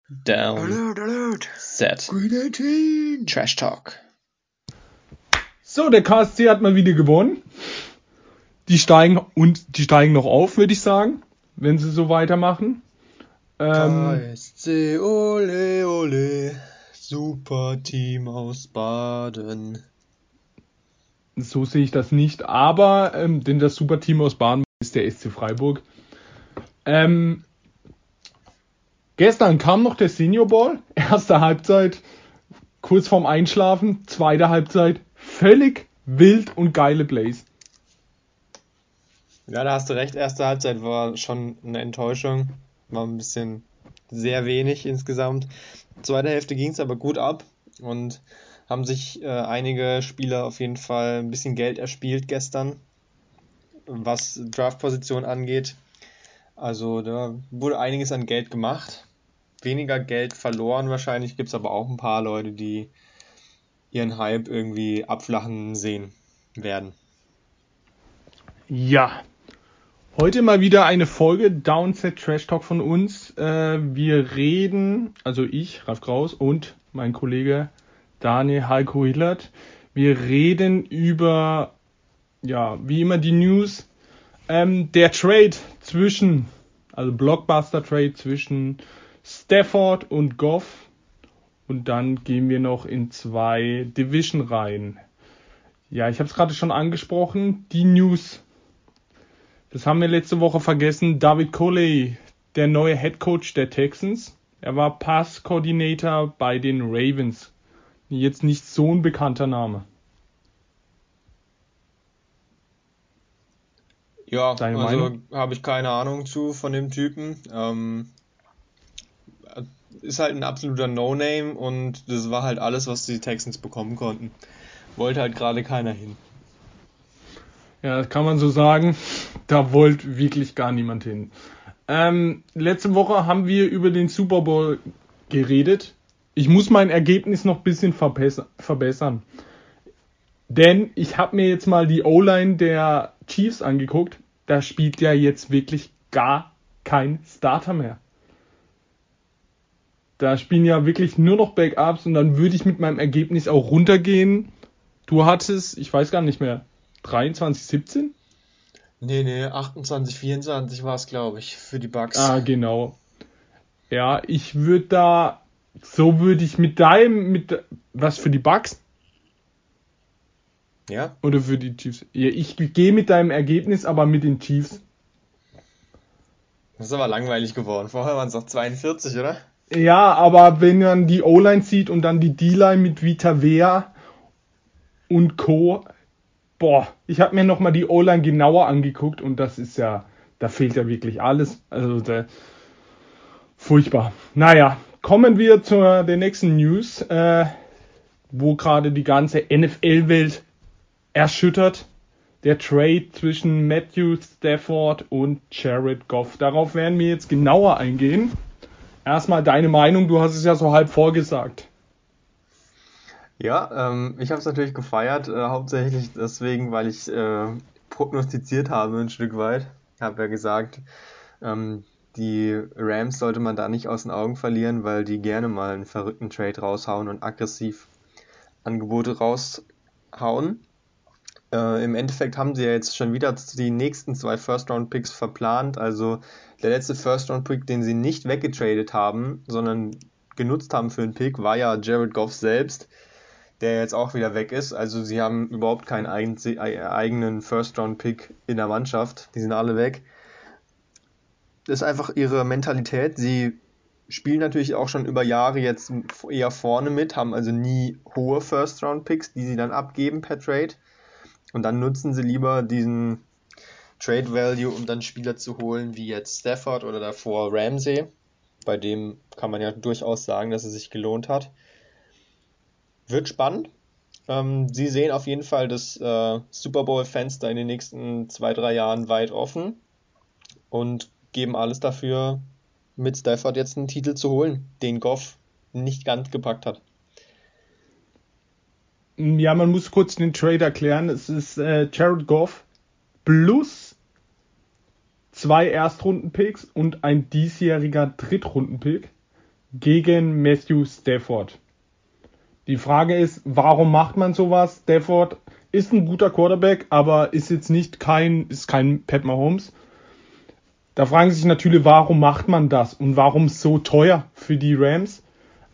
Down, Alert. Set, Green 18. Trash Talk. So, der KSC hat mal wieder gewonnen. Die steigen noch auf, würde ich sagen, wenn sie so weitermachen. KSC, ole, ole. Super Team aus Baden. So sehe ich das nicht, aber denn das Superteam aus Baden ist der SC Freiburg. Gestern kam noch der Senior Ball, erste Halbzeit, kurz vorm Einschlafen, zweite Halbzeit, völlig wild und geile Plays. Ja, da hast du recht. Erste Halbzeit war schon eine Enttäuschung. War ein bisschen sehr wenig insgesamt. Zweite Hälfte ging es aber gut ab und haben sich einige Spieler auf jeden Fall ein bisschen Geld erspielt gestern, was Draftposition angeht. Also da wurde einiges an Geld gemacht. Weniger Geld verloren wahrscheinlich. Gibt es aber auch ein paar Leute, die ihren Hype irgendwie abflachen sehen werden. Ja, heute mal wieder eine Folge Downset Trash Talk von uns. Wir reden, also ich, Ralf Kraus und mein Kollege Daniel Heiko Hillert. Wir reden über, ja, wie immer die News. Der Trade also Blockbuster Trade zwischen Stafford und Goff. Und dann gehen wir noch in 2 Division rein. Ja, ich habe es gerade schon angesprochen, die News. Das haben wir letzte Woche vergessen. David Coley, der neue Head Coach der Texans. Er war Pass-Coordinator bei den Ravens. Jetzt nicht so ein bekannter Name. Ja, Deine also Meinung? habe ich keine Ahnung von dem Typen. Ist halt ein absoluter No-Name und das war halt alles, was die Texans bekommen konnten. Wollte halt gerade keiner hin. Ja, das kann man so sagen. Da wollte wirklich gar niemand hin. Letzte Woche haben wir über den Super Bowl geredet. Ich muss mein Ergebnis noch ein bisschen verbessern. Denn ich habe mir jetzt mal die O-Line der Chiefs angeguckt. Da spielt ja jetzt wirklich gar kein Starter mehr. Da spielen ja wirklich nur noch Backups und dann würde ich mit meinem Ergebnis auch runtergehen. Du hattest, ich weiß gar nicht mehr, 23-17? Nee, 28, 24 war es, glaube ich, für die Bucks. Ah, genau. Ja, würde ich was für die Bucks Ja, oder für die Chiefs? Ja, ich gehe mit deinem Ergebnis, aber mit den Chiefs. das ist aber langweilig geworden. Vorher waren es noch 42, oder? Ja, aber wenn man die O-Line sieht und dann die D-Line mit Vita Vea und Co. Boah, ich habe mir nochmal die O-Line genauer angeguckt und das ist ja, da fehlt ja wirklich alles. Also furchtbar. Naja, kommen wir zu der nächsten News, wo gerade die ganze NFL-Welt erschüttert. Der Trade zwischen Matthew Stafford und Jared Goff. Darauf werden wir jetzt genauer eingehen. Erstmal deine Meinung, du hast es ja so halb vorgesagt. Ja, ich habe es natürlich gefeiert, hauptsächlich deswegen, weil ich prognostiziert habe ein Stück weit. Ich habe ja gesagt, ähm, die Rams sollte man da nicht aus den Augen verlieren, weil die gerne mal einen verrückten Trade raushauen und aggressiv Angebote raushauen. Im Endeffekt haben sie ja jetzt schon wieder die nächsten 2 First-Round-Picks verplant. Also der letzte First-Round-Pick, den sie nicht weggetradet haben, sondern genutzt haben für einen Pick, war ja Jared Goff selbst, der jetzt auch wieder weg ist. Also sie haben überhaupt keinen eigenen First-Round-Pick in der Mannschaft. Die sind alle weg. Das ist einfach ihre Mentalität. Sie spielen natürlich auch schon über Jahre jetzt eher vorne mit, haben also nie hohe First-Round-Picks, die sie dann abgeben per Trade. Und dann nutzen sie lieber diesen Trade Value, um dann Spieler zu holen, wie jetzt Stafford oder davor Ramsey. Bei dem kann man ja durchaus sagen, dass es sich gelohnt hat. Wird spannend. Sie sehen auf jeden Fall das Super Bowl-Fenster in den nächsten 2, 3 Jahren weit offen und geben alles dafür, mit Stafford jetzt einen Titel zu holen, den Goff nicht ganz gepackt hat. Ja, man muss kurz den Trade erklären. Es ist Jared Goff plus 2 Erstrunden-Picks und ein diesjähriger Drittrunden-Pick. gegen Matthew Stafford. Die Frage ist, warum macht man sowas? Stafford ist ein guter Quarterback, aber ist jetzt ist kein Pat Mahomes. Da fragen sich natürlich, warum macht man das und warum so teuer für die Rams?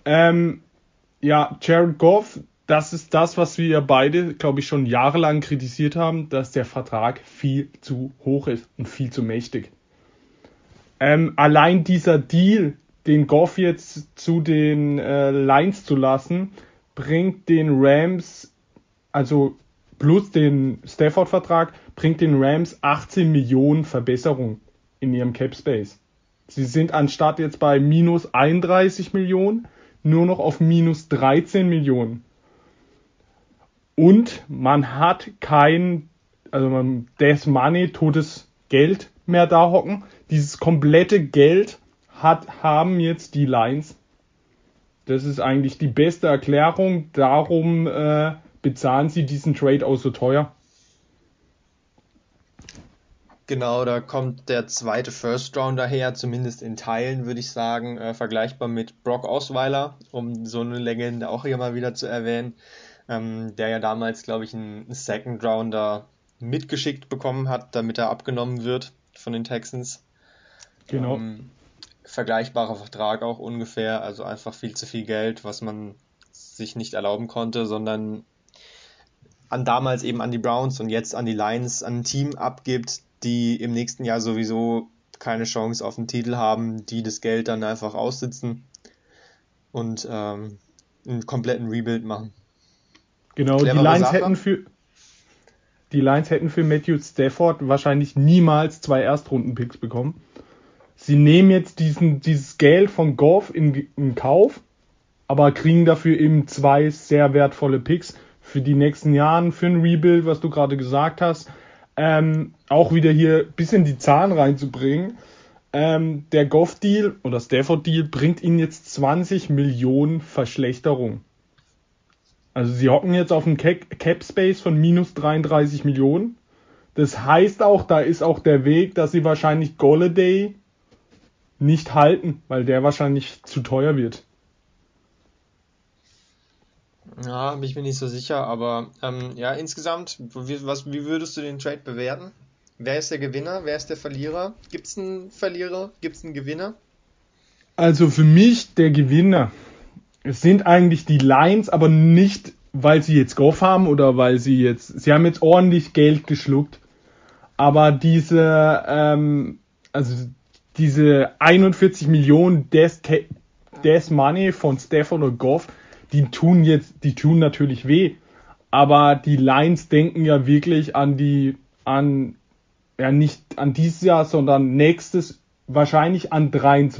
Jared Goff, das ist das, was wir beide, glaube ich, schon jahrelang kritisiert haben, dass der Vertrag viel zu hoch ist und viel zu mächtig. Allein dieser Deal, den Goff jetzt zu den Lions zu lassen, bringt den Rams, also plus den Stafford-Vertrag, bringt den Rams 18 Millionen Verbesserung in ihrem Cap Space. Sie sind anstatt jetzt bei minus 31 Millionen nur noch auf minus 13 Millionen. Und man hat des Money, totes Geld mehr da hocken. Dieses komplette Geld haben jetzt die Lions. Das ist eigentlich die beste Erklärung. Darum bezahlen sie diesen Trade auch so teuer. Genau, da kommt der zweite First Round daher, zumindest in Teilen, würde ich sagen, vergleichbar mit Brock Osweiler, um so eine Legende auch hier mal wieder zu erwähnen, der ja damals, glaube ich, einen Second Rounder mitgeschickt bekommen hat, damit er abgenommen wird von den Texans. Genau. Vergleichbarer Vertrag auch ungefähr, also einfach viel zu viel Geld, was man sich nicht erlauben konnte, sondern damals eben an die Browns und jetzt an die Lions, an ein Team abgibt, die im nächsten Jahr sowieso keine Chance auf den Titel haben, die das Geld dann einfach aussitzen und einen kompletten Rebuild machen. Genau, die Lions hätten für Matthew Stafford wahrscheinlich niemals 2 Erstrunden-Picks bekommen. Sie nehmen jetzt dieses Geld von Goff in Kauf, aber kriegen dafür eben 2 sehr wertvolle Picks für die nächsten Jahre, für ein Rebuild, was du gerade gesagt hast. Auch wieder hier ein bisschen die Zahlen reinzubringen. Der Goff-Deal oder Stafford-Deal bringt ihnen jetzt 20 Millionen Verschlechterung. Also sie hocken jetzt auf einem Cap-Space von minus 33 Millionen. Das heißt auch, da ist auch der Weg, dass sie wahrscheinlich Golladay nicht halten, weil der wahrscheinlich zu teuer wird. Ja, bin ich mir nicht so sicher, aber insgesamt, wie würdest du den Trade bewerten? Wer ist der Gewinner? Wer ist der Verlierer? Gibt es einen Verlierer? Gibt es einen Gewinner? Also für mich der Gewinner. Es sind eigentlich die Lions, aber nicht, weil sie jetzt Goff haben oder weil sie haben jetzt ordentlich Geld geschluckt. Aber diese 41 Millionen des Money von Stafford und Goff, die tun natürlich weh. Aber die Lions denken ja wirklich nicht an dieses Jahr, sondern nächstes, wahrscheinlich an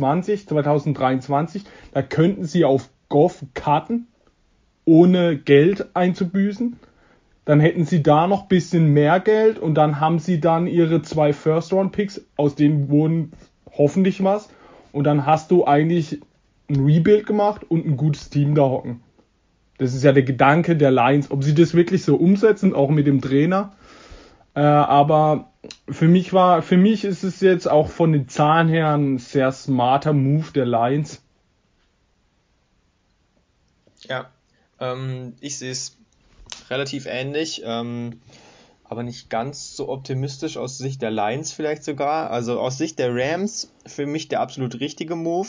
2023. Da könnten sie auf Goff cutten, ohne Geld einzubüßen. Dann hätten sie da noch ein bisschen mehr Geld und dann haben sie dann ihre 2 First-Round-Picks, aus denen wurden hoffentlich was. Und dann hast du eigentlich ein Rebuild gemacht und ein gutes Team da hocken. Das ist ja der Gedanke der Lions. Ob sie das wirklich so umsetzen, auch mit dem Trainer. Aber für mich ist es jetzt auch von den Zahlen her ein sehr smarter Move der Lions. Ja, ich sehe es relativ ähnlich, aber nicht ganz so optimistisch aus Sicht der Lions vielleicht sogar. Also aus Sicht der Rams für mich der absolut richtige Move.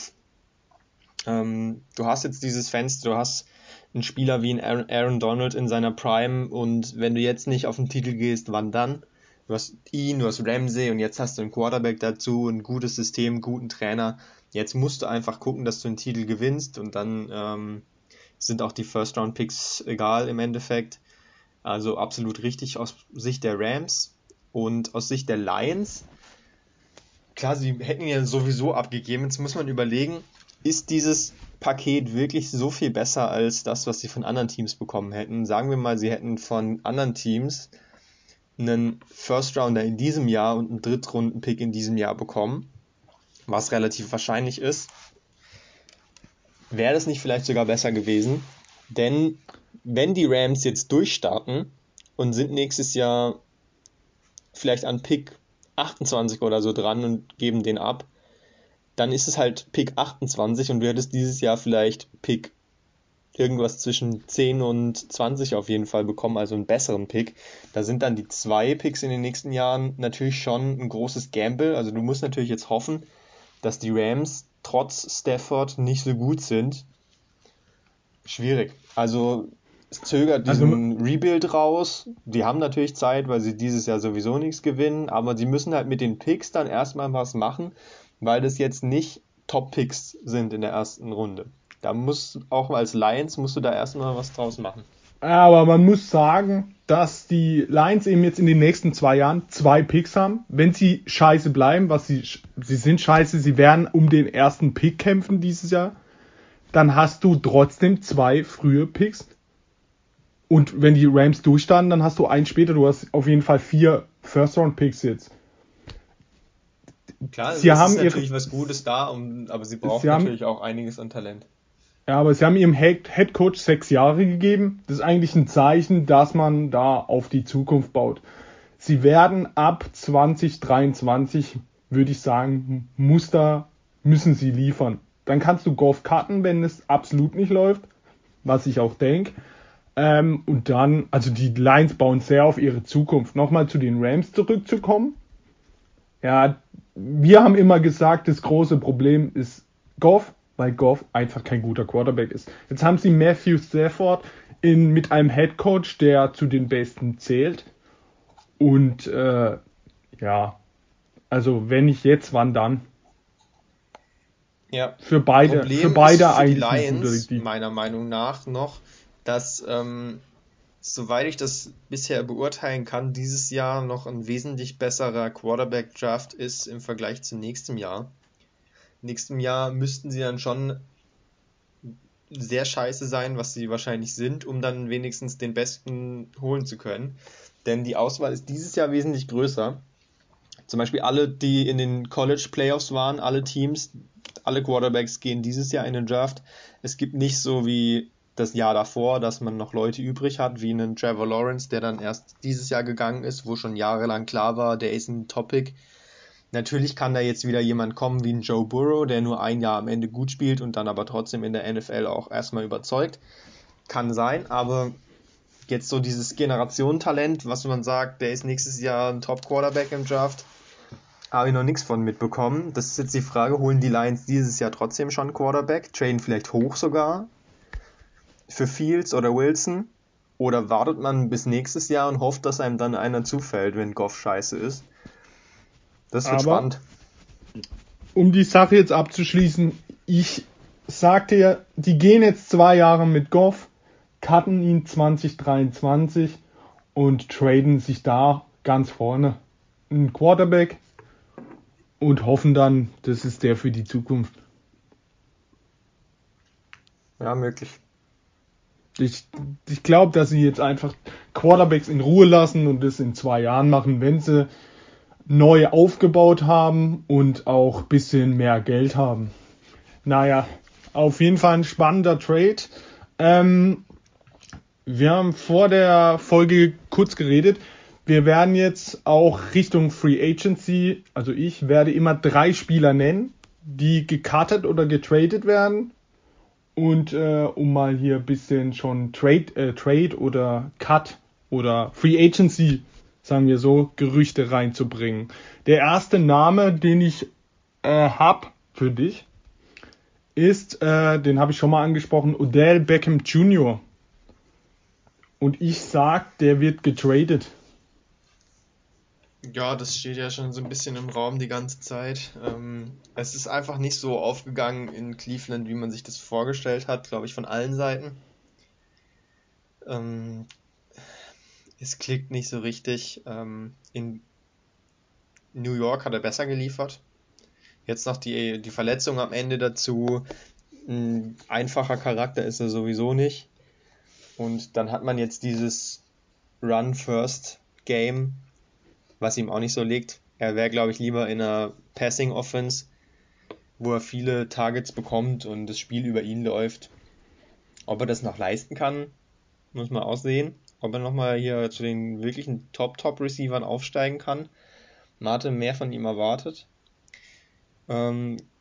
Du hast jetzt dieses Fenster, du hast einen Spieler wie ein Aaron Donald in seiner Prime und wenn du jetzt nicht auf den Titel gehst, wann dann? Du hast ihn, du hast Ramsey und jetzt hast du einen Quarterback dazu, ein gutes System, einen guten Trainer. Jetzt musst du einfach gucken, dass du einen Titel gewinnst und dann sind auch die First-Round-Picks egal im Endeffekt. Also absolut richtig aus Sicht der Rams und aus Sicht der Lions. Klar, sie hätten ihn ja sowieso abgegeben. Jetzt muss man überlegen, ist dieses Paket wirklich so viel besser als das, was sie von anderen Teams bekommen hätten? Sagen wir mal, sie hätten von anderen Teams einen First Rounder in diesem Jahr und einen Drittrunden-Pick in diesem Jahr bekommen, was relativ wahrscheinlich ist. Wäre das nicht vielleicht sogar besser gewesen? Denn wenn die Rams jetzt durchstarten und sind nächstes Jahr vielleicht an Pick 28 oder so dran und geben den ab, dann ist es halt Pick 28 und du hättest dieses Jahr vielleicht Pick irgendwas zwischen 10 und 20 auf jeden Fall bekommen, also einen besseren Pick. Da sind dann die 2 Picks in den nächsten Jahren natürlich schon ein großes Gamble. Also du musst natürlich jetzt hoffen, dass die Rams trotz Stafford nicht so gut sind. Schwierig. Also es zögert Also, diesen Rebuild raus. Die haben natürlich Zeit, weil sie dieses Jahr sowieso nichts gewinnen, aber sie müssen halt mit den Picks dann erstmal was machen, weil das jetzt nicht Top-Picks sind in der ersten Runde. Da muss auch als Lions musst du da erstmal was draus machen. aber man muss sagen, dass die Lions eben jetzt in den nächsten 2 Jahren 2 Picks haben. Wenn sie scheiße bleiben, was sie sind scheiße, sie werden um den ersten Pick kämpfen dieses Jahr, dann hast du trotzdem 2 frühe Picks. Und wenn die Rams durchstanden, dann hast du einen später. Du hast auf jeden Fall 4 First-Round-Picks jetzt. Klar, Sie es ist haben ihre, natürlich was Gutes da, aber sie sie brauchen haben, natürlich auch einiges an Talent. ja, aber sie haben ihrem Head Coach 6 Jahre gegeben. Das ist eigentlich ein Zeichen, dass man da auf die Zukunft baut. Sie werden ab 2023, würde ich sagen, müssen sie liefern. Dann kannst du Goff cutten, wenn es absolut nicht läuft, was ich auch denke. Und dann, also die Lions bauen sehr auf ihre Zukunft. Nochmal zu den Rams zurückzukommen. Ja, wir haben immer gesagt, das große Problem ist Goff, weil Goff einfach kein guter Quarterback ist. Jetzt haben sie Matthew Stafford mit einem Head Coach, der zu den Besten zählt. Und ja, also wenn nicht jetzt, wann dann? Ja, Für Problem ist beide für die eigentlich ein guter Lions Deal. meiner Meinung nach noch, dass, soweit ich das bisher beurteilen kann, dieses Jahr noch ein wesentlich besserer Quarterback-Draft ist im Vergleich zu nächstem Jahr. Nächstem Jahr müssten sie dann schon sehr scheiße sein, was sie wahrscheinlich sind, um dann wenigstens den Besten holen zu können. Denn die Auswahl ist dieses Jahr wesentlich größer. Zum Beispiel alle, die in den College Playoffs waren, alle Teams, alle Quarterbacks gehen dieses Jahr in den Draft. Es gibt nicht so wie das Jahr davor, dass man noch Leute übrig hat, wie einen Trevor Lawrence, der dann erst dieses Jahr gegangen ist, wo schon jahrelang klar war, der ist ein Topic. Natürlich kann da jetzt wieder jemand kommen wie ein Joe Burrow, der nur ein Jahr am Ende gut spielt und dann aber trotzdem in der NFL auch erstmal überzeugt. Kann sein, aber jetzt so dieses Generationentalent, was man sagt, der ist nächstes Jahr ein Top-Quarterback im Draft, habe ich noch nichts von mitbekommen. Das ist jetzt die Frage, holen die Lions dieses Jahr trotzdem schon einen Quarterback? Traden vielleicht hoch sogar für Fields oder Wilson? Oder wartet man bis nächstes Jahr und hofft, dass einem dann einer zufällt, wenn Goff scheiße ist? Das wird Aber spannend. um die Sache jetzt abzuschließen, ich sagte ja, die gehen jetzt 2 Jahre mit Goff, cutten ihn 2023 und traden sich da ganz vorne einen Quarterback und hoffen dann, das ist der für die Zukunft. Ja, möglich. Ich, ich glaube, dass sie jetzt einfach Quarterbacks in Ruhe lassen und das in 2 Jahren machen, wenn sie neu aufgebaut haben und auch ein bisschen mehr Geld haben. Naja, auf jeden Fall ein spannender Trade. Ähm, Wir haben vor der Folge kurz geredet. Wir werden jetzt auch Richtung Free Agency, also ich werde immer 3 Spieler nennen, die gecartet oder getradet werden. Und um mal hier ein bisschen schon Trade oder Cut oder Free Agency, sagen wir so, Gerüchte reinzubringen. Der erste Name, den ich hab für dich, ist, den habe ich schon mal angesprochen, Odell Beckham Jr. Und ich sag, der wird getradet. Ja, das steht ja schon so ein bisschen im Raum die ganze Zeit. Es ist einfach nicht so aufgegangen in Cleveland, wie man sich das vorgestellt hat, glaube ich, von allen Seiten. Ähm, Es klickt nicht so richtig. In New York hat er besser geliefert. Jetzt noch die Verletzung am Ende dazu. Ein einfacher Charakter ist er sowieso nicht. Und dann hat man jetzt dieses Run-First-Game, was ihm auch nicht so liegt. Er wäre, glaube ich, lieber in einer Passing-Offense, wo er viele Targets bekommt und das Spiel über ihn läuft. Ob er das noch leisten kann, muss man aussehen. Ob er nochmal hier zu den wirklichen Top-Receivern aufsteigen kann. Man hatte mehr von ihm erwartet. Ähm,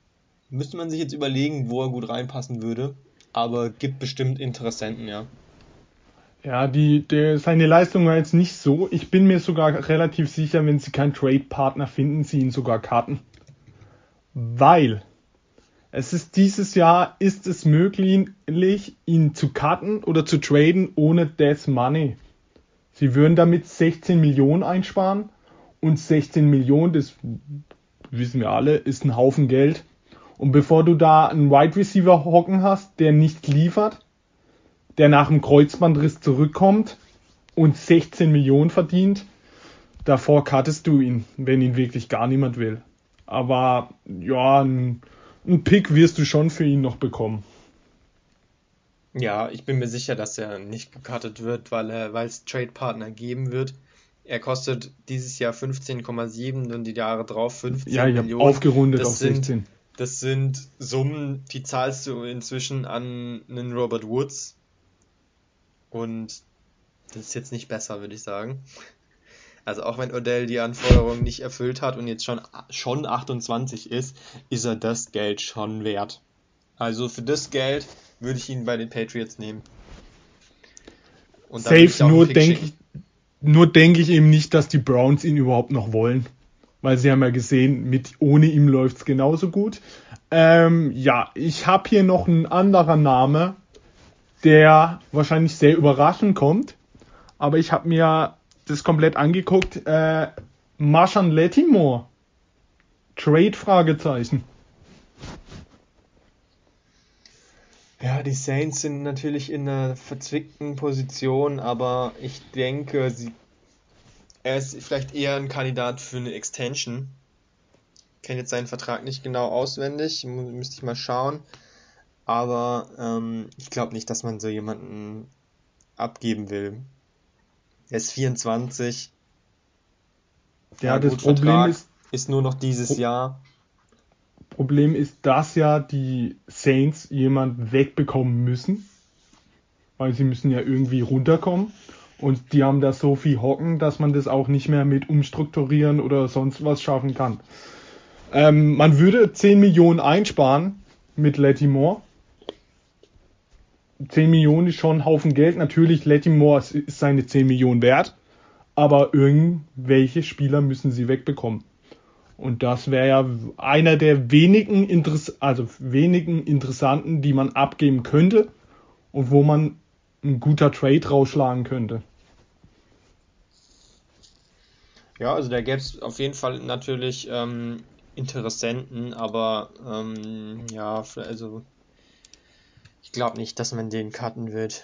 Müsste man sich jetzt überlegen, wo er gut reinpassen würde. Aber gibt bestimmt Interessenten, ja. Ja, seine Leistung war jetzt nicht so. Ich bin mir sogar relativ sicher, wenn sie keinen Trade-Partner finden, sie ihn sogar cutten. Weil dieses Jahr ist es möglich, ihn zu cutten oder zu traden ohne Death Money. Sie würden damit 16 Millionen einsparen und 16 Millionen, das wissen wir alle, ist ein Haufen Geld. Und bevor du da einen Wide Receiver hocken hast, der nicht liefert, der nach dem Kreuzbandriss zurückkommt und 16 Millionen verdient, davor cuttest du ihn, wenn ihn wirklich gar niemand will. Aber ja, ein Pick wirst du schon für ihn noch bekommen. Ja, ich bin mir sicher, dass er nicht gecuttet wird, weil es Trade-Partner geben wird. Er kostet dieses Jahr 15,7 und die Jahre drauf Ja, 15 ich habe Millionen. aufgerundet auf Das sind, 16. das sind Summen, die zahlst du inzwischen an einen Robert Woods. Und das ist jetzt nicht besser, würde ich sagen. Also auch wenn Odell die Anforderungen nicht erfüllt hat und jetzt schon 28 ist er das Geld schon wert. Also für das Geld würde ich ihn bei den Patriots nehmen. Und da würde ich Safe, auch einen Pick schicken. nur denke ich eben nicht, dass die Browns ihn überhaupt noch wollen. Weil sie haben ja gesehen, ohne ihm läuft es genauso gut. Ja, ich habe hier noch einen anderen Name, der wahrscheinlich sehr überraschend kommt. Aber ich habe mir das komplett angeguckt. Marshawn Lattimore. Trade? Fragezeichen. Ja, die Saints sind natürlich in einer verzwickten Position, aber ich denke, er ist vielleicht eher ein Kandidat für eine Extension. Ich kenne jetzt seinen Vertrag nicht genau auswendig, müsste ich mal schauen. Aber ich glaube nicht, dass man so jemanden abgeben will. Er ist 24. Ja Ja, das gut, Problem Vertrag ist, ist nur noch dieses Pro Jahr. Problem ist, dass ja die Saints jemanden wegbekommen müssen, weil sie müssen ja irgendwie runterkommen. Und die haben da so viel Hocken, dass man das auch nicht mehr mit umstrukturieren oder sonst was schaffen kann. Man würde 10 Millionen einsparen mit Lattimore. 10 Millionen ist schon ein Haufen Geld. Natürlich, Lattimore ist seine 10 Millionen wert. Aber irgendwelche Spieler müssen sie wegbekommen. Und das wäre ja einer der wenigen interessanten, die man abgeben könnte und wo man ein guter Trade rausschlagen könnte. Ja, also da gäbe es auf jeden Fall natürlich Interessenten, aber ja, also ich glaube nicht, dass man den cutten wird.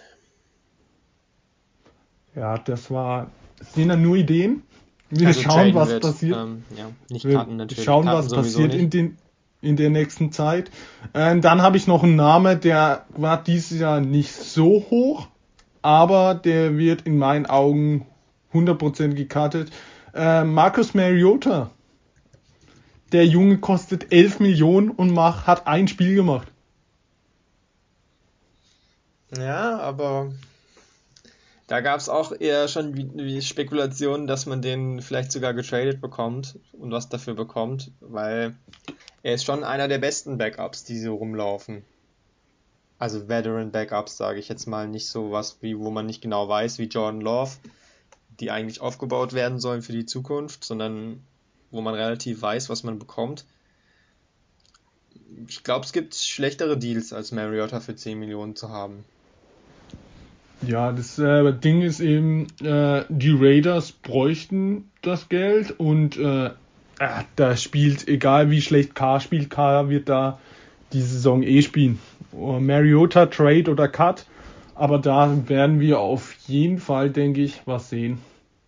Ja, das sind dann nur Ideen. Wir Also schauen, traden was wird. passiert. Ja, nicht Wir cutten natürlich. schauen, Cutten was sowieso passiert nicht. in der nächsten Zeit. Dann habe ich noch einen Namen, der war dieses Jahr nicht so hoch, aber der wird in meinen Augen 100% gecuttet. Marcus Mariota. Der Junge kostet 11 Millionen und hat ein Spiel gemacht. Ja, aber da gab es auch eher schon wie Spekulationen, dass man den vielleicht sogar getradet bekommt und was dafür bekommt, weil er ist schon einer der besten Backups, die so rumlaufen. Also Veteran Backups, sage ich jetzt mal, nicht so was wie, wo man nicht genau weiß, wie Jordan Love, die eigentlich aufgebaut werden sollen für die Zukunft, sondern wo man relativ weiß, was man bekommt. Ich glaube, es gibt schlechtere Deals, als Mariota für 10 Millionen zu haben. Ja, das Ding ist eben, die Raiders bräuchten das Geld und da spielt, egal wie schlecht Carr spielt, Carr wird da die Saison spielen. Mariota, Trade oder Cut, aber da werden wir auf jeden Fall, denke ich, was sehen.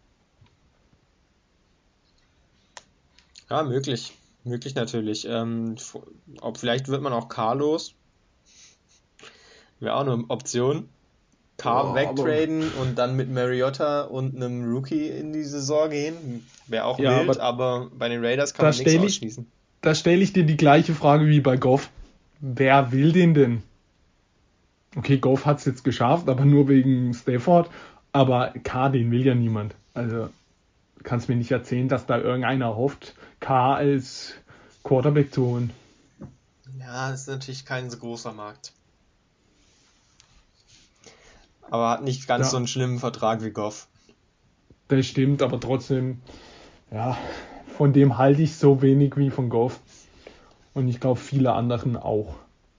Ja, möglich. Möglich natürlich. Ob vielleicht wird man auch Carr los. Wäre auch eine Option. Carr Oh, aber wegtraden und dann mit Mariota und einem Rookie in die Saison gehen. Wäre auch ja, wild, aber aber bei den Raiders kann da man nichts stelle ich, ausschließen. da stelle ich dir die gleiche Frage wie bei Goff. Wer will den denn? Okay, Goff hat es jetzt geschafft, aber nur wegen Stafford. Aber K, den will ja niemand. Also kannst mir nicht erzählen, dass da irgendeiner hofft, K als Quarterback zu holen. Ja, ist natürlich kein so großer Markt. Aber hat nicht ganz so Ja, einen schlimmen Vertrag wie Goff. das stimmt, aber trotzdem, ja, von dem halte ich so wenig wie von Goff. Und ich glaube, viele anderen auch.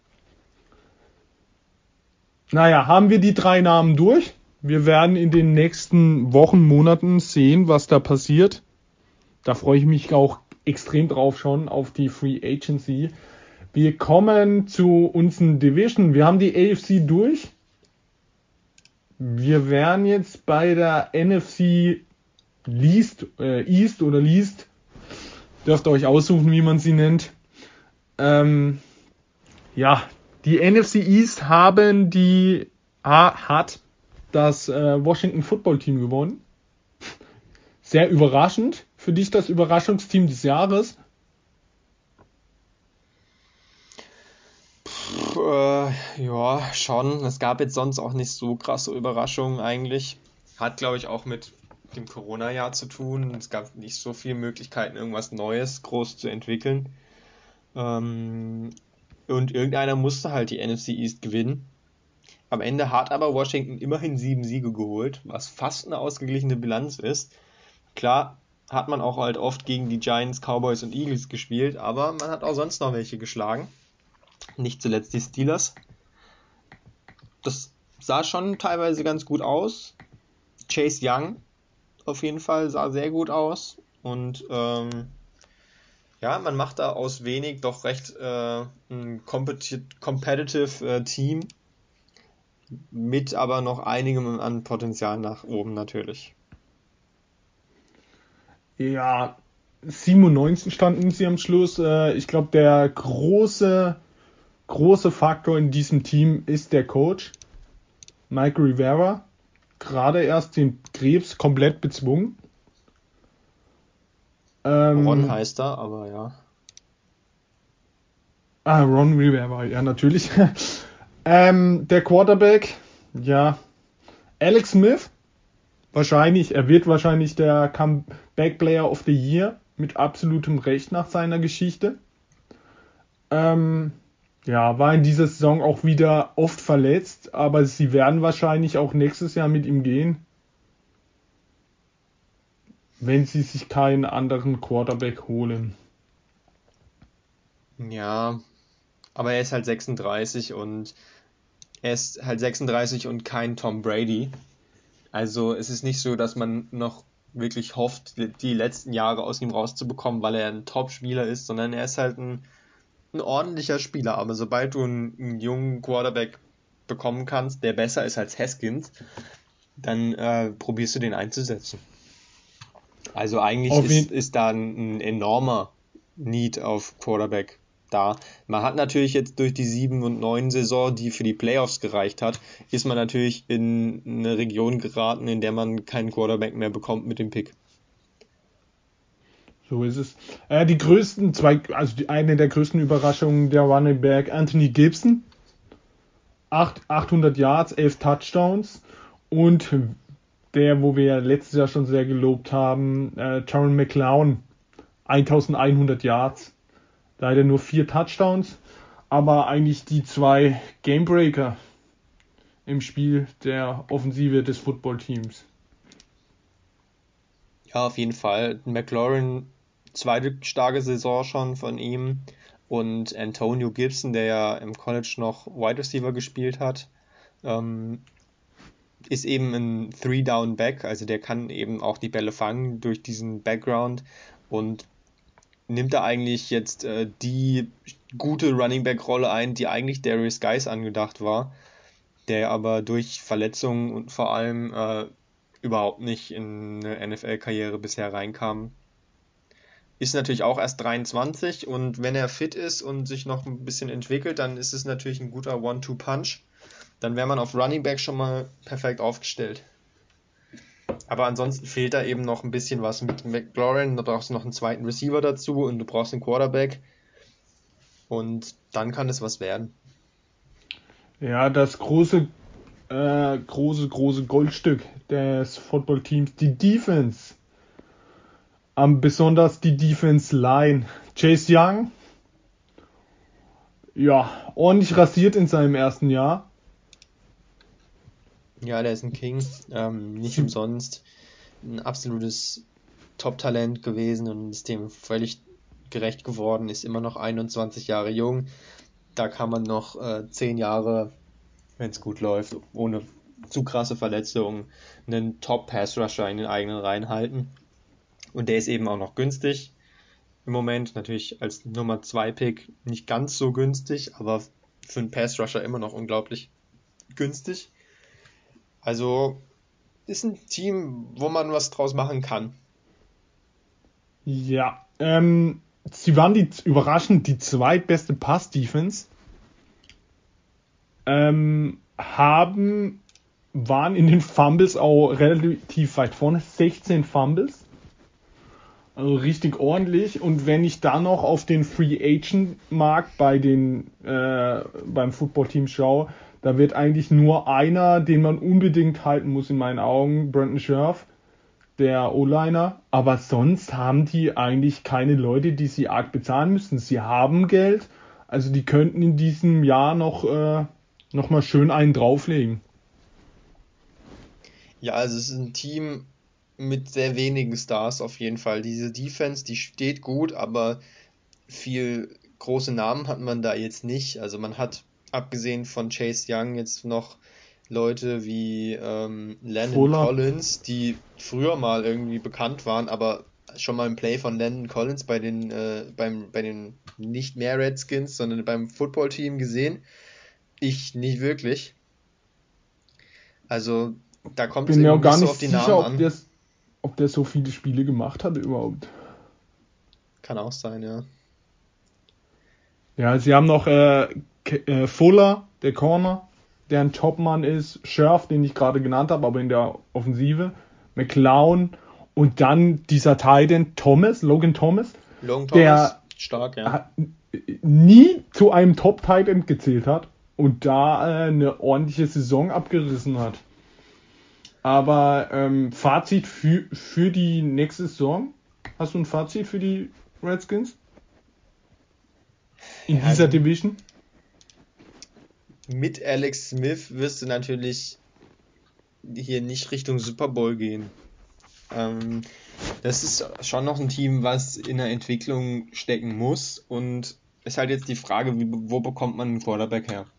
Naja, haben wir die drei Namen durch? Wir werden in den nächsten Wochen, Monaten sehen, was da passiert. Da freue ich mich auch extrem drauf schon, auf die Free Agency. Wir kommen zu unseren Division. Wir haben die AFC durch. Wir wären jetzt bei der NFC East oder Least. Dürft ihr euch aussuchen, wie man sie nennt. Ähm, ja, die NFC East hat das Washington Football Team gewonnen. Sehr überraschend. Für dich das Überraschungsteam des Jahres. Ja, schon. Es gab jetzt sonst auch nicht so krasse Überraschungen eigentlich. Hat, glaube ich, auch mit dem Corona-Jahr zu tun. Es gab nicht so viele Möglichkeiten, irgendwas Neues groß zu entwickeln. Ähm, und irgendeiner musste halt die NFC East gewinnen. Am Ende hat aber Washington immerhin 7 Siege geholt, was fast eine ausgeglichene Bilanz ist. Klar hat man auch halt oft gegen die Giants, Cowboys und Eagles gespielt, aber man hat auch sonst noch welche geschlagen. Nicht zuletzt die Steelers. Das sah schon teilweise ganz gut aus. Chase Young auf jeden Fall sah sehr gut aus. Und ja, man macht da aus wenig doch recht ein competitive Team mit aber noch einigem an Potenzial nach oben natürlich. Ja, 97 standen sie am Schluss. Ich glaube, der große Faktor in diesem Team ist der Coach, Mike Rivera. Gerade erst den Krebs komplett bezwungen. Ron Ähm, heißt er, aber ja. Ron Rivera, ja, natürlich. Der Quarterback, ja, Alex Smith, er wird wahrscheinlich der Comeback Player of the Year mit absolutem Recht nach seiner Geschichte. Ähm, ja, war in dieser Saison auch wieder oft verletzt, aber sie werden wahrscheinlich auch nächstes Jahr mit ihm gehen, wenn sie sich keinen anderen Quarterback holen. Ja, aber er ist halt 36 und er ist halt 36 und kein Tom Brady. Also es ist nicht so, dass man noch wirklich hofft, die letzten Jahre aus ihm rauszubekommen, weil er ein Top-Spieler ist, sondern er ist halt ein ordentlicher Spieler. Aber sobald du einen jungen Quarterback bekommen kannst, der besser ist als Haskins, dann probierst du den einzusetzen. Also eigentlich Auf ist, jeden ist da ein enormer Need auf Quarterback da. Man hat natürlich jetzt durch die 7 und 9 Saison, die für die Playoffs gereicht hat, ist man natürlich in eine Region geraten, in der man keinen Quarterback mehr bekommt mit dem Pick. So ist es. Eine der größten Überraschungen der Running Back Anthony Gibson. 800 Yards, 11 Touchdowns. Und der, wo wir letztes Jahr schon sehr gelobt haben, Jaron McClown. 1100 Yards. Leider nur 4 Touchdowns. Aber eigentlich die zwei Gamebreaker im Spiel der Offensive des Footballteams. Ja, auf jeden Fall. McLaurin, zweite starke Saison schon von ihm. Und Antonio Gibson, der ja im College noch Wide Receiver gespielt hat, ähm, ist eben ein Three-Down-Back, also der kann eben auch die Bälle fangen durch diesen Background und nimmt da eigentlich jetzt die gute Running Back-Rolle ein, die eigentlich Darius Guice angedacht war, der aber durch Verletzungen und vor allem überhaupt nicht in eine NFL-Karriere bisher reinkam. Ist natürlich auch erst 23 und wenn er fit ist und sich noch ein bisschen entwickelt, dann ist es natürlich ein guter One-Two-Punch. Dann wäre man auf Running Back schon mal perfekt aufgestellt. Aber ansonsten fehlt da eben noch ein bisschen was mit McLaurin. Da brauchst du noch einen zweiten Receiver dazu und du brauchst einen Quarterback. Und dann kann es was werden. Ja, das große Goldstück des Footballteams, die Defense. Besonders die Defense Line. Chase Young, ja, ordentlich rasiert in seinem ersten Jahr. Ja, der ist ein King. Nicht umsonst ein absolutes Top-Talent gewesen und ist dem völlig gerecht geworden, ist immer noch 21 Jahre jung. Da kann man noch 10 Jahre, wenn es gut läuft, ohne zu krasse Verletzungen, einen Top-Pass-Rusher in den eigenen Reihen halten. Und der ist eben auch noch günstig im Moment. Natürlich als Nummer 2 Pick nicht ganz so günstig, aber für einen Pass-Rusher immer noch unglaublich günstig. Also ist ein Team, wo man was draus machen kann. Ja, sie waren überraschend die zweitbeste Pass-Defense. Waren in den Fumbles auch relativ weit vorne. 16 Fumbles. Also richtig ordentlich. Und wenn ich dann noch auf den Free Agent Markt beim Footballteam schaue, da wird eigentlich nur einer, den man unbedingt halten muss in meinen Augen, Brandon Scherf, der O-Liner. Aber sonst haben die eigentlich keine Leute, die sie arg bezahlen müssen. Sie haben Geld, also die könnten in diesem Jahr noch mal schön einen drauflegen. Ja, also es ist ein Team mit sehr wenigen Stars auf jeden Fall. Diese Defense, die steht gut, aber viel große Namen hat man da jetzt nicht. Also man hat abgesehen von Chase Young jetzt noch Leute wie Landon Fuller. Collins, die früher mal irgendwie bekannt waren, aber schon mal ein Play von Landon Collins bei den nicht mehr Redskins, sondern beim Footballteam gesehen. Ich nicht wirklich. Also da kommt es Bin mir irgendwie auch nicht gar so nicht auf die sicher, Namen an. ob der so viele Spiele gemacht hat überhaupt. Kann auch sein, ja. Ja, sie haben noch Fuller, der Corner, der ein Topmann ist, Scherf, den ich gerade genannt habe, aber in der Offensive, McClown und dann dieser Titan Logan Thomas, Logan Thomas, der stark, ja. ha- nie zu einem Top-Titan gezählt hat und da eine ordentliche Saison abgerissen hat. Aber Fazit für die nächste Saison? Hast du ein Fazit für die Redskins in Ja, dieser also Division? mit Alex Smith wirst du natürlich hier nicht Richtung Super Bowl gehen. Ähm, Das ist schon noch ein Team, was in der Entwicklung stecken muss und ist halt jetzt die Frage, wo bekommt man einen Quarterback her?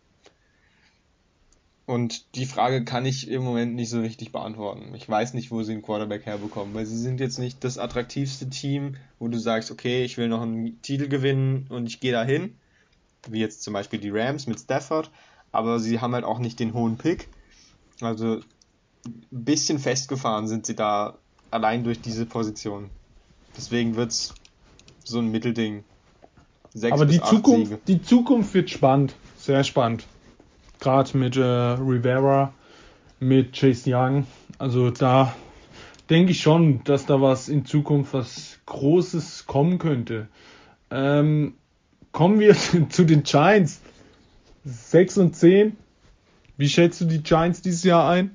Und die Frage kann ich im Moment nicht so richtig beantworten. Ich weiß nicht, wo sie einen Quarterback herbekommen, weil sie sind jetzt nicht das attraktivste Team, wo du sagst, okay, ich will noch einen Titel gewinnen und ich gehe dahin, wie jetzt zum Beispiel die Rams mit Stafford, aber sie haben halt auch nicht den hohen Pick. Also ein bisschen festgefahren sind sie da allein durch diese Position. Deswegen wird es so ein Mittelding. 6 Aber bis 8 Siege. Die Zukunft wird spannend, sehr spannend. Gerade mit Rivera, mit Chase Young. Also da denke ich schon, dass da was Großes kommen könnte. Ähm, Kommen wir zu den Giants. 6-10. Wie schätzt du die Giants dieses Jahr ein?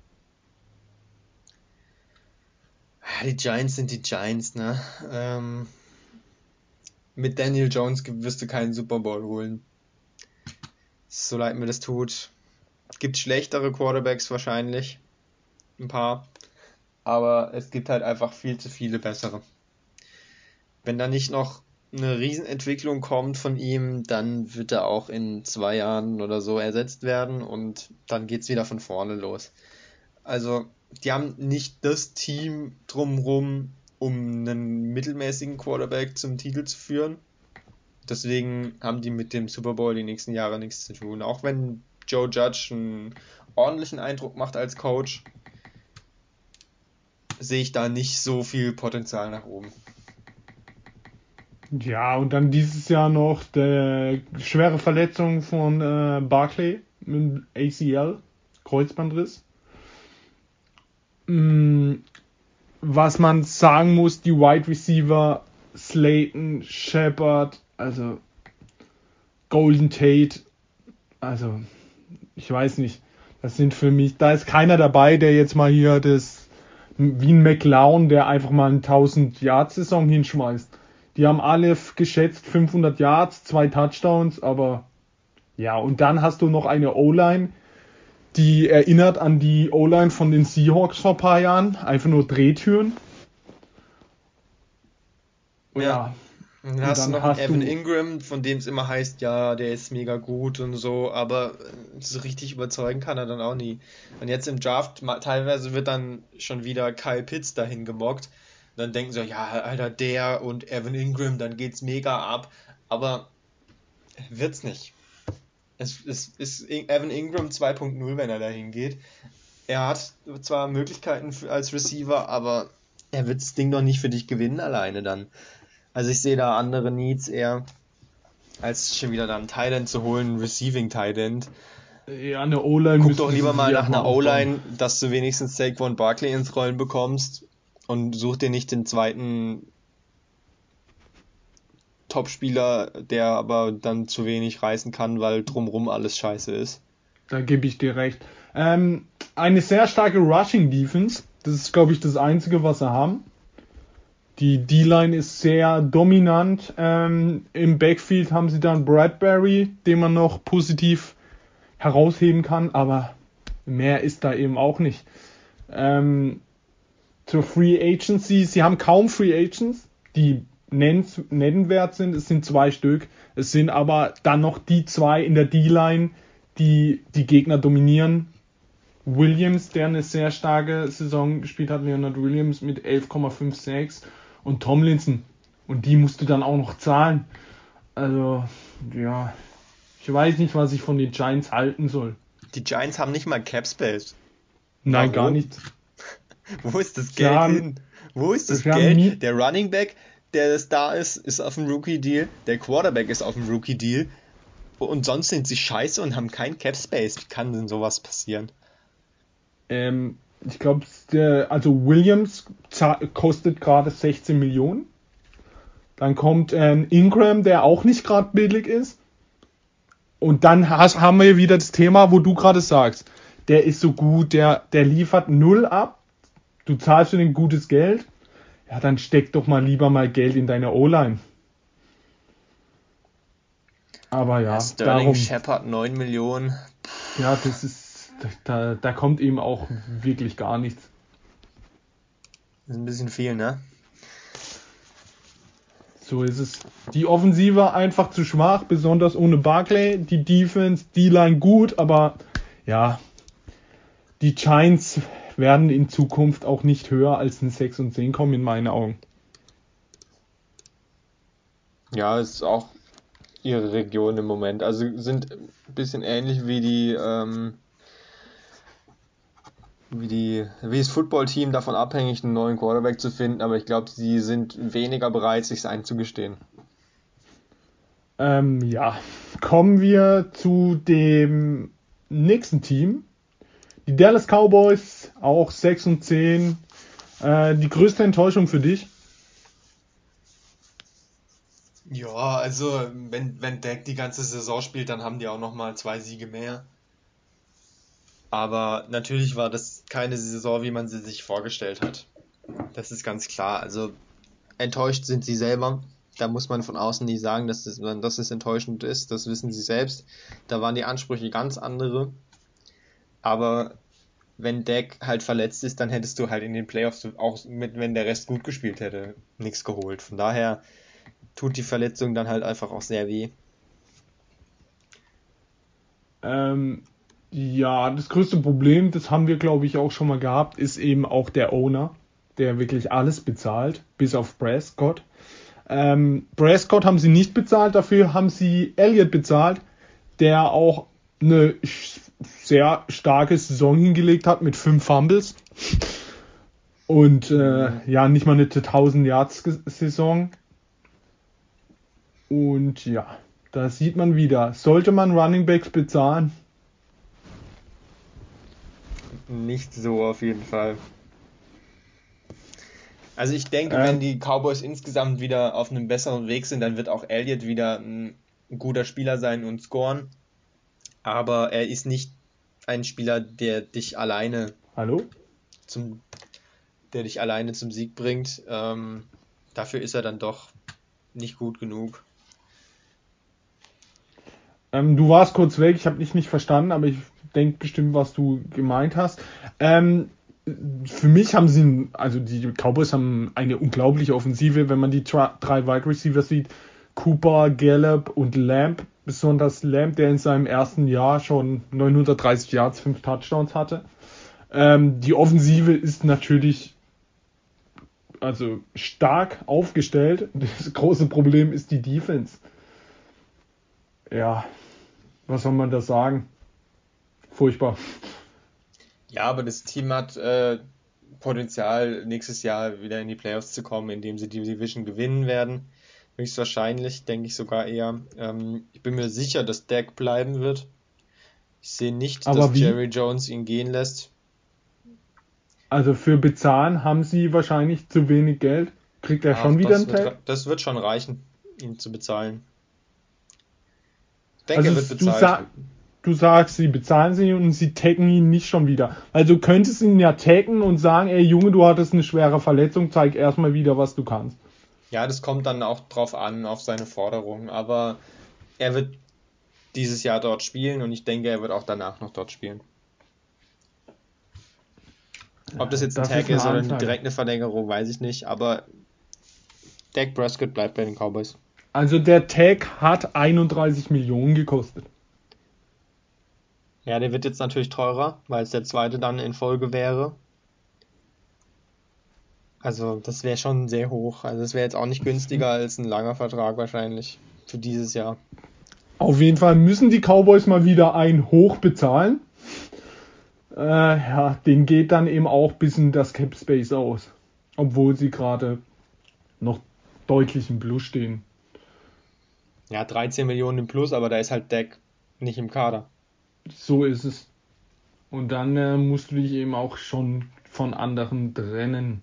Die Giants sind die Giants, ne? Mit Daniel Jones wirst du keinen Super Bowl holen. So leid mir das tut. Gibt schlechtere Quarterbacks wahrscheinlich. Ein paar. Aber es gibt halt einfach viel zu viele bessere. Wenn da nicht noch eine Riesenentwicklung kommt von ihm, dann wird er auch in 2 Jahren oder so ersetzt werden und dann geht's wieder von vorne los. Also, die haben nicht das Team drumrum, um einen mittelmäßigen Quarterback zum Titel zu führen. Deswegen haben die mit dem Super Bowl die nächsten Jahre nichts zu tun. Auch wenn Joe Judge einen ordentlichen Eindruck macht als Coach, sehe ich da nicht so viel Potenzial nach oben. Ja, und dann dieses Jahr noch die schwere Verletzung von Barkley mit dem ACL, Kreuzbandriss. Mm, Was man sagen muss, die Wide Receiver, Slayton, Shepard, also Golden Tate, also ich weiß nicht, das sind für mich, da ist keiner dabei, der jetzt mal wie ein McLaren, der einfach mal eine 1000-Yard-Saison hinschmeißt. Die haben alle geschätzt 500 Yards, 2 Touchdowns, aber ja, und dann hast du noch eine O-Line, die erinnert an die O-Line von den Seahawks vor ein paar Jahren. Einfach nur Drehtüren. Ja. Dann hast du noch einen Evan Ingram, von dem es immer heißt, ja, der ist mega gut und so, aber so richtig überzeugen kann er dann auch nie. Und jetzt im Draft, teilweise wird dann schon wieder Kyle Pitts dahin gemockt. Und dann denken sie, ja, Alter, der und Evan Ingram, dann geht's mega ab. Aber wird's nicht. Es ist Evan Ingram 2.0, wenn er dahin geht. Er hat zwar Möglichkeiten als Receiver, aber er wird das Ding doch nicht für dich gewinnen alleine dann. Also ich sehe da andere Needs eher, als schon wieder dann einen Tight End zu holen, einen Receiving Tight End. Ja, eine O-Line. Guck doch lieber mal nach einer O-Line, dass du wenigstens Saquon Barkley ins Rollen bekommst und such dir nicht den zweiten Topspieler, der aber dann zu wenig reißen kann, weil drumrum alles scheiße ist. Da gebe ich dir recht. Eine sehr starke Rushing Defense. Das ist, glaube ich, das Einzige, was sie haben. Die D-Line ist sehr dominant. Im Backfield haben sie dann Bradbury, den man noch positiv herausheben kann, aber mehr ist da eben auch nicht. Zur Free Agency, sie haben kaum Free Agents, die nennenswert sind. Es sind 2 Stück. Es sind aber dann noch die 2 in der D-Line, die Gegner dominieren. Williams, der eine sehr starke Saison gespielt hat, Leonard Williams mit 11,56 und Tomlinson. Und die musst du dann auch noch zahlen. Also, ja, ich weiß nicht, was ich von den Giants halten soll. Die Giants haben nicht mal Cap Space. Nein, gar nicht. Wo ist das Geld hin? Wo ist das Geld? Der Running Back, der da ist auf dem Rookie-Deal. Der Quarterback ist auf dem Rookie-Deal. Und sonst sind sie scheiße und haben kein Cap Space. Wie kann denn sowas passieren? Ich glaube, also Williams kostet gerade 16 Millionen. Dann kommt Ingram, der auch nicht gerade billig ist. Und dann haben wir wieder das Thema, wo du gerade sagst, der ist so gut, der liefert 0 ab. Du zahlst für den gutes Geld. Ja, dann steck doch mal lieber mal Geld in deine O-Line. Aber ja, Sterling Shepard 9 Millionen. Ja, das ist, da kommt ihm auch wirklich gar nichts. Das ist ein bisschen viel, ne? So ist es. Die Offensive einfach zu schwach, besonders ohne Barkley. Die Defense, D-Line gut, aber ja, die Giants werden in Zukunft auch nicht höher als ein 6 und 10 kommen, in meinen Augen. Ja, ist auch ihre Region im Moment. Also sind ein bisschen ähnlich wie das Footballteam davon abhängig, einen neuen Quarterback zu finden, aber ich glaube, sie sind weniger bereit, sich einzugestehen. Ja, kommen wir zu dem nächsten Team. Die Dallas Cowboys, auch 6 und 10. Die größte Enttäuschung für dich? Ja, also wenn Dak die ganze Saison spielt, dann haben die auch nochmal 2 Siege mehr. Aber natürlich war das keine Saison, wie man sie sich vorgestellt hat. Das ist ganz klar. Also enttäuscht sind sie selber. Da muss man von außen nicht sagen, dass es enttäuschend ist. Das wissen sie selbst. Da waren die Ansprüche ganz andere. Aber wenn Dak halt verletzt ist, dann hättest du halt in den Playoffs auch wenn der Rest gut gespielt hätte, nichts geholt. Von daher tut die Verletzung dann halt einfach auch sehr weh. Ja, das größte Problem, das haben wir, glaube ich, auch schon mal gehabt, ist eben auch der Owner, der wirklich alles bezahlt, bis auf Prescott. Prescott haben sie nicht bezahlt, dafür haben sie Elliott bezahlt, der auch eine sehr starke Saison hingelegt hat mit 5 Fumbles. Und ja, nicht mal eine 1000 Yards Saison. Und ja, da sieht man wieder, sollte man Running Backs bezahlen? Nicht so auf jeden Fall. Also ich denke, wenn die Cowboys insgesamt wieder auf einem besseren Weg sind, dann wird auch Elliott wieder ein guter Spieler sein und scoren. Aber er ist nicht ein Spieler, der dich alleine zum Sieg bringt. Dafür ist er dann doch nicht gut genug. Du warst kurz weg, ich habe dich nicht verstanden, aber ich denke bestimmt, was du gemeint hast. Für mich haben also die Cowboys haben eine unglaubliche Offensive, wenn man die drei Wide Receivers sieht. Cooper, Gallup und Lamb, besonders Lamb, der in seinem ersten Jahr schon 930 Yards, 5 Touchdowns hatte. Die Offensive ist natürlich also stark aufgestellt. Das große Problem ist die Defense. Ja, was soll man da sagen? Furchtbar. Ja, aber das Team hat Potenzial, nächstes Jahr wieder in die Playoffs zu kommen, indem sie die Division gewinnen werden. Höchstwahrscheinlich, denke ich sogar eher. Ich bin mir sicher, dass Dak bleiben wird. Ich sehe nicht, Aber dass wie? Jerry Jones ihn gehen lässt. Also für bezahlen haben sie wahrscheinlich zu wenig Geld. Kriegt er Ach, schon wieder einen Tag? das wird schon reichen, ihn zu bezahlen. Ich denke, Also er wird bezahlt. du sagst, sie bezahlen sie und sie taggen ihn nicht schon wieder. Also du könntest ihn ja taggen und sagen, ey Junge, du hattest eine schwere Verletzung, zeig erstmal wieder, was du kannst. Ja, das kommt dann auch drauf an, auf seine Forderungen. Aber er wird dieses Jahr dort spielen und ich denke, er wird auch danach noch dort spielen. Ob das jetzt ein Das Tag ist eine ist oder Ansage. direkt eine Verlängerung, weiß ich nicht. Aber Dak Prescott bleibt bei den Cowboys. Also der Tag hat 31 Millionen gekostet. Ja, der wird jetzt natürlich teurer, weil es der zweite dann in Folge wäre. Also das wäre schon sehr hoch. Also das wäre jetzt auch nicht günstiger als ein langer Vertrag wahrscheinlich für dieses Jahr. Auf jeden Fall müssen die Cowboys mal wieder einen hoch bezahlen. Ja, den geht dann eben auch bis in das Cap Space aus. Obwohl sie gerade noch deutlich im Plus stehen. Ja, 13 Millionen im Plus, aber da ist halt Dak nicht im Kader. So ist es. Und dann musst du dich eben auch schon von anderen trennen.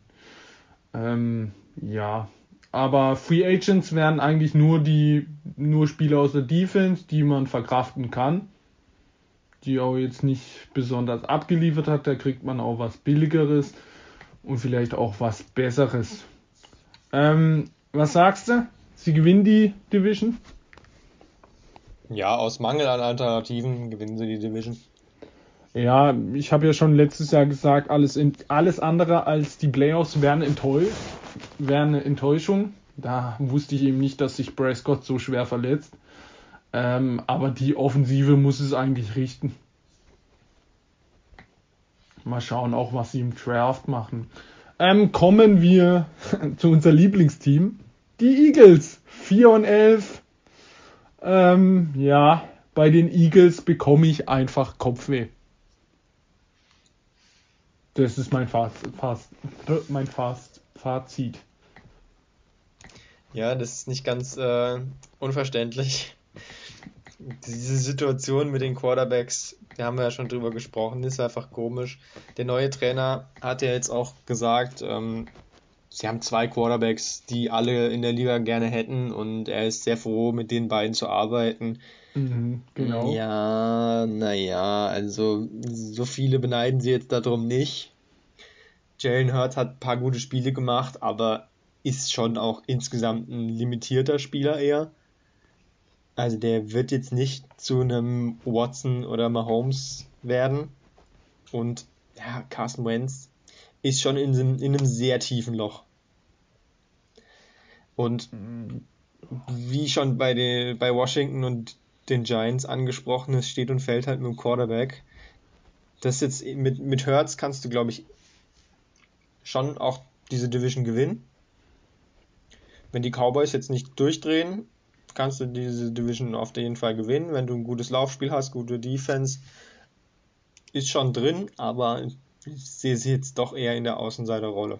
Ja. Aber Free Agents wären eigentlich nur Spieler aus der Defense, die man verkraften kann. Die auch jetzt nicht besonders abgeliefert hat. Da kriegt man auch was Billigeres und vielleicht auch was Besseres. Was sagst du? Sie gewinnen die Division? Ja, aus Mangel an Alternativen gewinnen sie die Division. Ja, ich habe ja schon letztes Jahr gesagt, alles andere als die Playoffs wären eine Enttäuschung. Da wusste ich eben nicht, dass sich Prescott so schwer verletzt. Aber die Offensive muss es eigentlich richten. Mal schauen auch, was sie im Draft machen. Kommen wir zu unser Lieblingsteam. Die Eagles. 4-11. Ja, bei den Eagles bekomme ich einfach Kopfweh. Das ist mein Fazit. Ja, das ist nicht ganz unverständlich. Diese Situation mit den Quarterbacks, da haben wir ja schon drüber gesprochen, ist einfach komisch. Der neue Trainer hat ja jetzt auch gesagt, sie haben zwei Quarterbacks, die alle in der Liga gerne hätten und er ist sehr froh, mit den beiden zu arbeiten. Genau. Ja, naja, also so viele beneiden sie jetzt darum nicht. Jalen Hurts hat ein paar gute Spiele gemacht, aber ist schon auch insgesamt ein limitierter Spieler eher. Also der wird jetzt nicht zu einem Watson oder Mahomes werden. Und ja, Carson Wentz ist schon in einem sehr tiefen Loch. Und wie schon bei Washington und den Giants angesprochen, es steht und fällt halt mit dem Quarterback. Das jetzt mit Hurts kannst du, glaube ich, schon auch diese Division gewinnen. Wenn die Cowboys jetzt nicht durchdrehen, kannst du diese Division auf jeden Fall gewinnen. Wenn du ein gutes Laufspiel hast, gute Defense, ist schon drin, aber ich sehe sie jetzt doch eher in der Außenseiterrolle.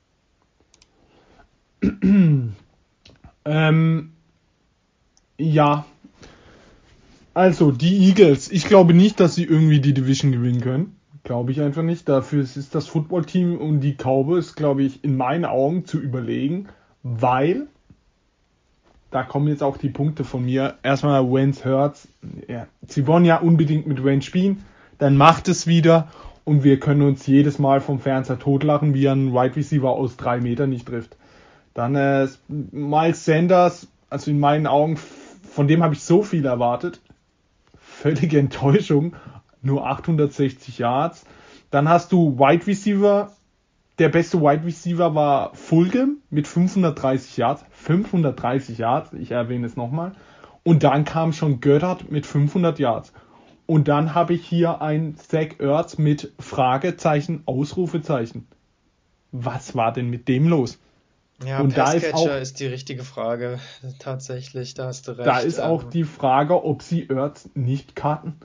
Ja, also die Eagles. Ich glaube nicht, dass sie irgendwie die Division gewinnen können. Glaube ich einfach nicht. Dafür ist das Footballteam und die Cowboys, glaube ich, in meinen Augen zu überlegen, weil da kommen jetzt auch die Punkte von mir. Erstmal Wentz Hurts. Ja, sie wollen ja unbedingt mit Wentz spielen. Dann macht es wieder und wir können uns jedes Mal vom Fernseher totlachen, wie ein Wide Receiver aus 3 Metern nicht trifft. Dann Miles Sanders, also in meinen Augen, von dem habe ich so viel erwartet. Völlige Enttäuschung, nur 860 Yards. Dann hast du Wide Receiver. Der beste Wide Receiver war Fulgham mit 530 Yards. 530 Yards, ich erwähne es nochmal. Und dann kam schon Goddard mit 500 Yards. Und dann habe ich hier ein Zach Ertz mit Fragezeichen, Ausrufezeichen. Was war denn mit dem los? Ja, Und da Passcatcher ist die richtige Frage. Tatsächlich, da hast du recht. Da ist auch die Frage, ob sie Ertz nicht cutten.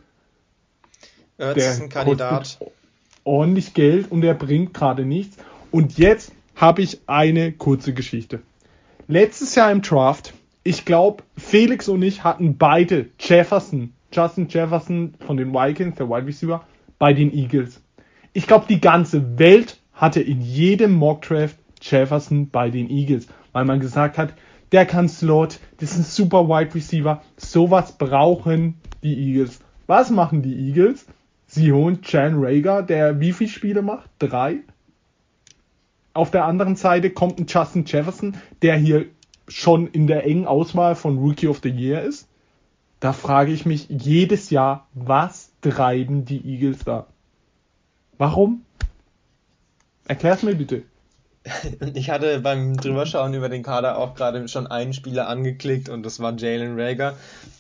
Ertz ist ein Kandidat. Ordentlich Geld und er bringt gerade nichts. Und jetzt habe ich eine kurze Geschichte. Letztes Jahr im Draft, ich glaube, Felix und ich hatten beide Justin Jefferson von den Vikings, der Wide Receiver, bei den Eagles. Ich glaube, die ganze Welt hatte in jedem Mock-Draft Jefferson bei den Eagles, weil man gesagt hat, der kann Slot, das ist ein super Wide Receiver, sowas brauchen die Eagles. Was machen die Eagles? Sie holen Jan Rager, der wie viele Spiele macht? 3. Auf der anderen Seite kommt ein Justin Jefferson, der hier schon in der engen Auswahl von Rookie of the Year ist. Da frage ich mich jedes Jahr, was treiben die Eagles da? Warum? Erklär's mir bitte. Ich hatte beim Drüberschauen über den Kader auch gerade schon einen Spieler angeklickt und das war Jalen Reagor.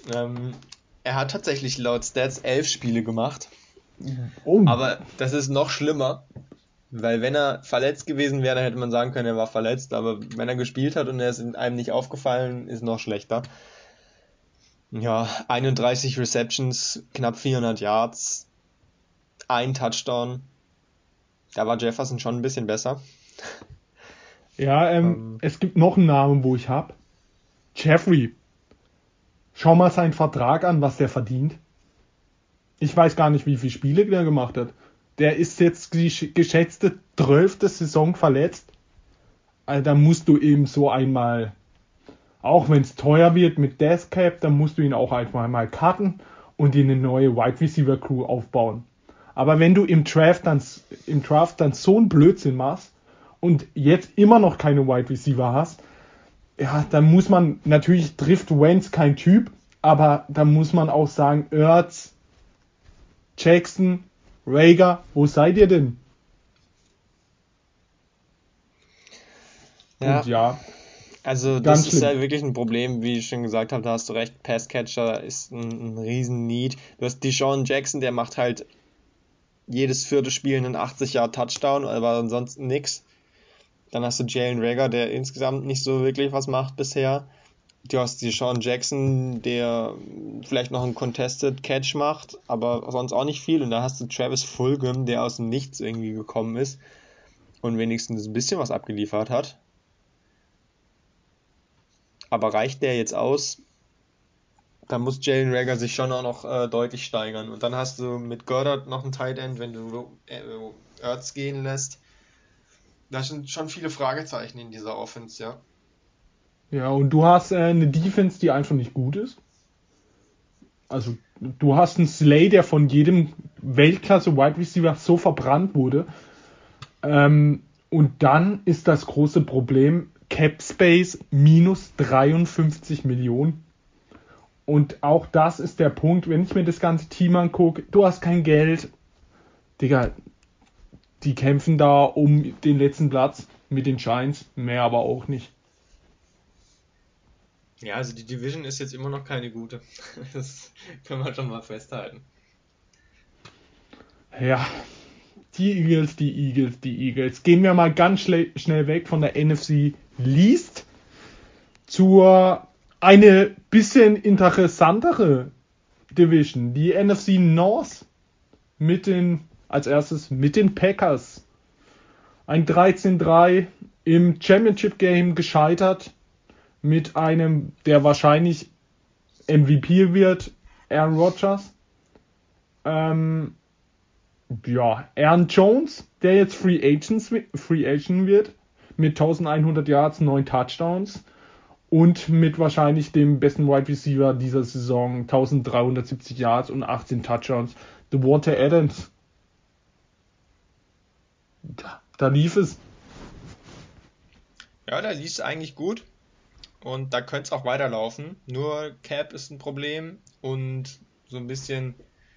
Er hat tatsächlich laut Stats 11 Spiele gemacht. Oh. Aber das ist noch schlimmer, weil wenn er verletzt gewesen wäre, dann hätte man sagen können, er war verletzt. Aber wenn er gespielt hat und er ist einem nicht aufgefallen, ist noch schlechter. Ja, 31 Receptions, knapp 400 Yards, ein Touchdown. Da war Jefferson schon ein bisschen besser. Ja, es gibt noch einen Namen, wo ich habe. Jeffrey. Schau mal seinen Vertrag an, was der verdient. Ich weiß gar nicht, wie viele Spiele der gemacht hat. Der ist jetzt die geschätzte 12. Saison verletzt. Also da musst du eben so einmal, auch wenn es teuer wird mit Death Cap, dann musst du ihn auch einfach einmal cutten und dir eine neue Wide Receiver Crew aufbauen. Aber wenn du im Draft dann so einen Blödsinn machst und jetzt immer noch keine Wide Receiver hast, ja, dann muss man, natürlich trifft Wentz kein Typ, aber dann muss man auch sagen, Ertz, Jackson, Rager, wo seid ihr denn? Ja, Und ja, also ganz das ist schlimm. ja wirklich ein Problem, wie ich schon gesagt habe, da hast du recht, Passcatcher ist ein Riesen-Need. Du hast Deshaun Jackson, der macht halt jedes vierte Spiel einen 80-Yard-Touchdown, aber ansonsten nix. Dann hast du Jalen Reagor, der insgesamt nicht so wirklich was macht bisher. Du hast Deshaun Jackson, der vielleicht noch einen Contested Catch macht, aber sonst auch nicht viel. Und dann hast du Travis Fulgham, der aus dem Nichts irgendwie gekommen ist und wenigstens ein bisschen was abgeliefert hat. Aber reicht der jetzt aus? Da muss Jalen Reagor sich schon auch noch deutlich steigern. Und dann hast du mit Goddard noch einen Tight End, wenn du Ertz gehen lässt. Da sind schon viele Fragezeichen in dieser Offense, ja. Ja, und du hast eine Defense, die einfach nicht gut ist. Also du hast einen Slay, der von jedem Weltklasse Wide Receiver so verbrannt wurde. Und dann ist das große Problem Cap Space minus 53 Millionen. Und auch das ist der Punkt, wenn ich mir das ganze Team angucke, du hast kein Geld. Digga, die kämpfen da um den letzten Platz mit den Giants, mehr aber auch nicht. Ja, also die Division ist jetzt immer noch keine gute. Das können wir schon mal festhalten. Ja, die Eagles. Gehen wir mal ganz schnell weg von der NFC Least zur eine bisschen interessantere Division, die NFC North als erstes mit den Packers. Ein 13-3 im Championship Game gescheitert mit einem, der wahrscheinlich MVP wird, Aaron Rodgers. Aaron Jones, der jetzt Free Agent wird, mit 1100 Yards, 9 Touchdowns und mit wahrscheinlich dem besten Wide Receiver dieser Saison, 1370 Yards und 18 Touchdowns, Devontae Adams. Da lief es. Ja, der liest eigentlich gut und da könnte es auch weiterlaufen. Nur Cap ist ein Problem und so ein bisschen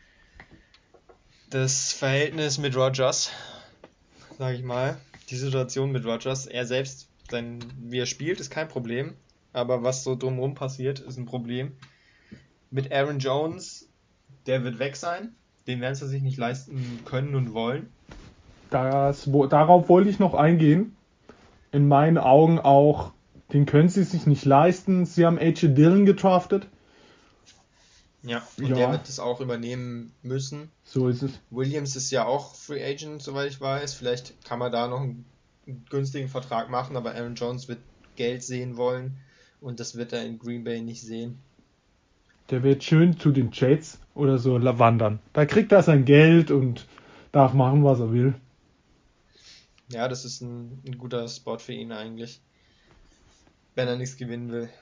das Verhältnis mit Rodgers, sage ich mal. Die Situation mit Rodgers. Er selbst, wie er spielt, ist kein Problem. Aber was so drumherum passiert, ist ein Problem. Mit Aaron Jones, der wird weg sein. Den werden sie sich nicht leisten können und wollen. Darauf wollte ich noch eingehen. In meinen Augen auch, den können sie sich nicht leisten. Sie haben AJ Dillon gedraftet. Ja, und der wird das auch übernehmen müssen. So ist es. Williams ist ja auch Free Agent, soweit ich weiß. Vielleicht kann man da noch einen günstigen Vertrag machen, aber Aaron Jones wird Geld sehen wollen und das wird er in Green Bay nicht sehen. Der wird schön zu den Jets oder so wandern. Da kriegt er sein Geld und darf machen, was er will. Ja, das ist ein guter Spot für ihn eigentlich, wenn er nichts gewinnen will.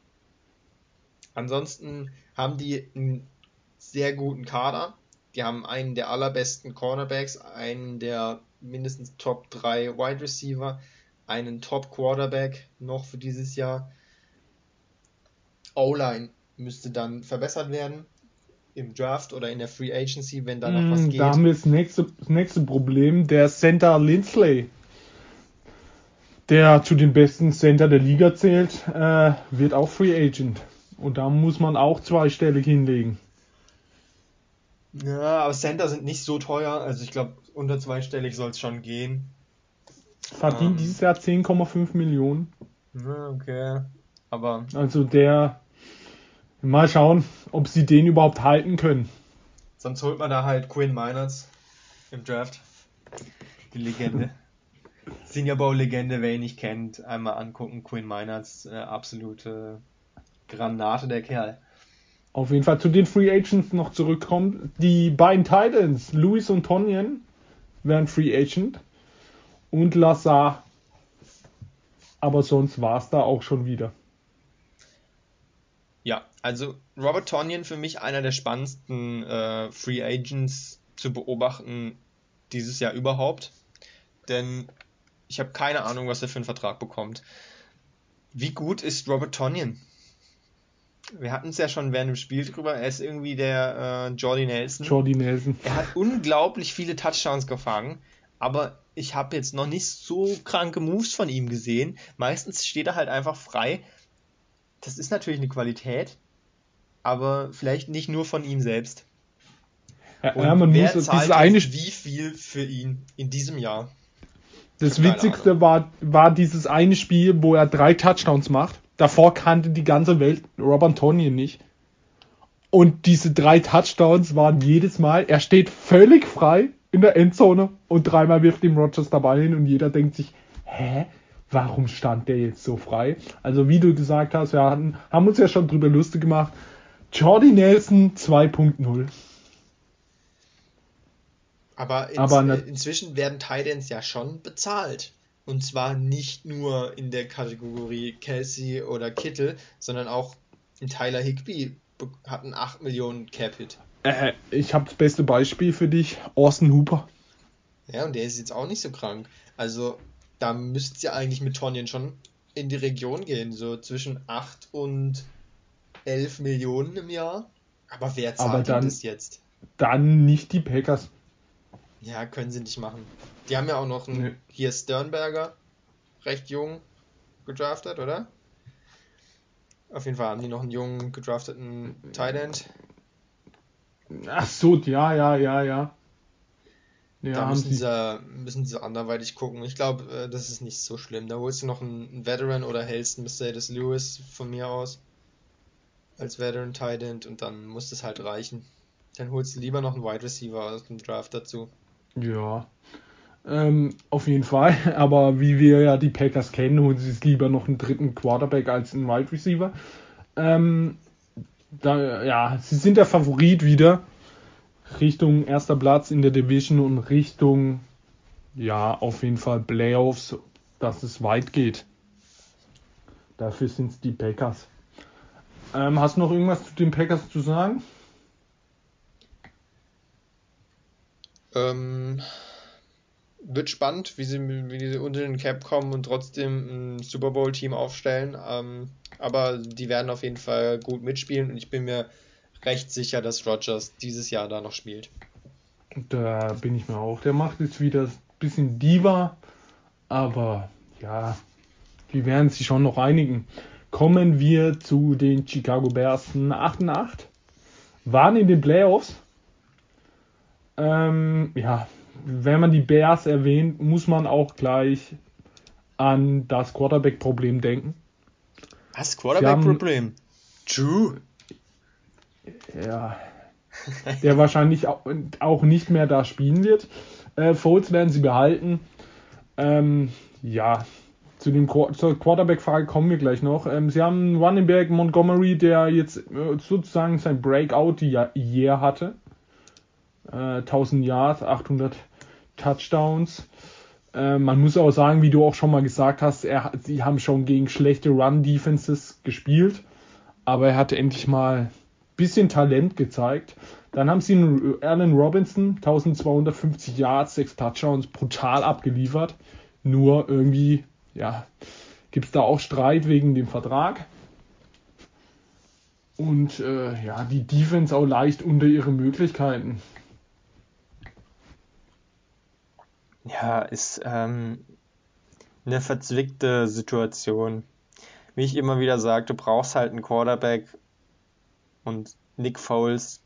Ansonsten haben die einen sehr guten Kader. Die haben einen der allerbesten Cornerbacks, einen der mindestens Top 3 Wide Receiver, einen Top Quarterback noch für dieses Jahr. O-Line müsste dann verbessert werden im Draft oder in der Free Agency, wenn da noch was Da geht. haben wir das nächste Problem. Der Center Lindsley, der zu den besten Center der Liga zählt, wird auch Free Agent. Und da muss man auch zweistellig hinlegen. Ja, aber Center sind nicht so teuer. Also ich glaube, unter zweistellig soll es schon gehen. Verdient dieses Jahr 10,5 Millionen. Okay. Aber Also mal schauen, ob sie den überhaupt halten können. sonst holt man da halt Quinn Meinerz im Draft. Die Legende. Senior Bowl-Legende, wer ihn nicht kennt, einmal angucken. Quinn Meinerz, absolute Granate, der Kerl. Auf jeden Fall zu den Free Agents noch zurückkommen. Die beiden Titans, Lewis und Tonyan, werden Free Agent. Und Lazar. Aber sonst war es da auch schon wieder. Ja, also Robert Tonyan für mich einer der spannendsten Free Agents zu beobachten dieses Jahr überhaupt. Denn ich habe keine Ahnung, was er für einen Vertrag bekommt. Wie gut ist Robert Tonyan? Wir hatten es ja schon während dem Spiel drüber. Er ist irgendwie der Jordy Nelson. Er hat unglaublich viele Touchdowns gefangen, aber ich habe jetzt noch nicht so kranke Moves von ihm gesehen. Meistens steht er halt einfach frei. Das ist natürlich eine Qualität, aber vielleicht nicht nur von ihm selbst. Und wer zahlt jetzt wie viel für ihn in diesem Jahr? Das Witzigste war dieses eine Spiel, wo er 3 Touchdowns macht. Davor kannte die ganze Welt Robert Tonyan nicht. Und diese 3 Touchdowns waren jedes Mal, er steht völlig frei in der Endzone und 3-mal wirft ihm Rodgers dabei hin und jeder denkt sich, warum stand der jetzt so frei? Also wie du gesagt hast, wir haben uns ja schon drüber lustig gemacht. Jordy Nelson 2.0. Aber inzwischen werden Tight Ends ja schon bezahlt. Und zwar nicht nur in der Kategorie Kelsey oder Kittle, sondern auch in Tyler Higbee hat einen 8 Millionen Cap-Hit. Ich habe das beste Beispiel für dich, Austin Hooper. Ja, und der ist jetzt auch nicht so krank. Also da müsste es ja eigentlich mit Tonyan schon in die Region gehen, so zwischen 8 und 11 Millionen im Jahr. Aber wer zahlt denn das jetzt? Dann nicht die Packers. Ja, können sie nicht machen. Die haben ja auch noch einen hier Sternberger, recht jung gedraftet, oder? Auf jeden Fall haben die noch einen jungen gedrafteten Tight End. Ach so, ja. Da müssen sie anderweitig gucken. Ich glaube, das ist nicht so schlimm. Da holst du noch einen Veteran oder hältst einen Mercedes Lewis von mir aus als Veteran Tight End und dann muss das halt reichen. Dann holst du lieber noch einen Wide Receiver aus dem Draft dazu. Ja, auf jeden Fall. Aber wie wir ja die Packers kennen, holen sie es lieber noch einen dritten Quarterback als einen Wide Receiver. Sie sind der Favorit wieder. Richtung erster Platz in der Division und Richtung, auf jeden Fall Playoffs, dass es weit geht. Dafür sind es die Packers. Hast du noch irgendwas zu den Packers zu sagen? wird spannend, wie sie unter den Cap kommen und trotzdem ein Super Bowl-Team aufstellen. Aber die werden auf jeden Fall gut mitspielen und ich bin mir recht sicher, dass Rodgers dieses Jahr da noch spielt. Da bin ich mir auch. Der macht jetzt wieder ein bisschen Diva, aber ja, die werden sich schon noch einigen. Kommen wir zu den Chicago Bears 8-8. Waren in den Playoffs. Ja, wenn man die Bears erwähnt, muss man auch gleich an das Quarterback-Problem denken. Was? Quarterback-Problem? True. Ja, der wahrscheinlich auch nicht mehr da spielen wird. Foles werden sie behalten. Ja, zur Quarterback-Frage kommen wir gleich noch. Sie haben einen Running Back Montgomery, der jetzt sozusagen sein Breakout-Year hatte. 1000 Yards, 800 Touchdowns. Man muss auch sagen, wie du auch schon mal gesagt hast, sie haben schon gegen schlechte Run-Defenses gespielt, aber er hatte endlich mal ein bisschen Talent gezeigt. Dann haben sie einen Allen Robinson, 1250 Yards, 6 Touchdowns, brutal abgeliefert. Nur irgendwie, ja, gibt es da auch Streit wegen dem Vertrag. Und ja, die Defense auch leicht unter ihre Möglichkeiten. Ja, ist eine verzwickte Situation. Wie ich immer wieder sage, du brauchst halt einen Quarterback und Nick Foles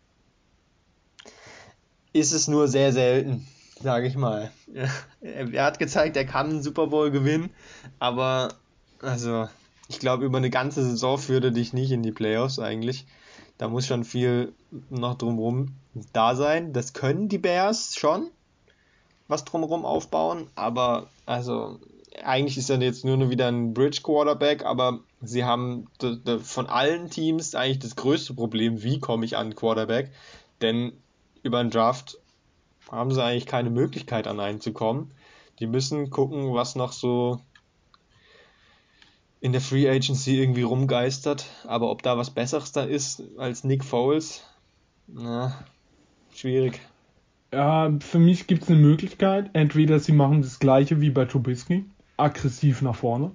ist es nur sehr selten, sage ich mal. Er hat gezeigt, er kann einen Super Bowl gewinnen, aber also ich glaube, über eine ganze Saison führt er dich nicht in die Playoffs eigentlich. Da muss schon viel noch drumherum da sein. Das können die Bears schon, was drumherum aufbauen, aber also eigentlich ist er jetzt nur wieder ein Bridge Quarterback, aber sie haben von allen Teams eigentlich das größte Problem, wie komme ich an einen Quarterback, denn über einen Draft haben sie eigentlich keine Möglichkeit an einen zu kommen. Die müssen gucken, was noch so in der Free Agency irgendwie rumgeistert, aber ob da was Besseres da ist als Nick Foles, na, schwierig. Ja, für mich gibt es eine Möglichkeit. Entweder sie machen das gleiche wie bei Trubisky, aggressiv nach vorne.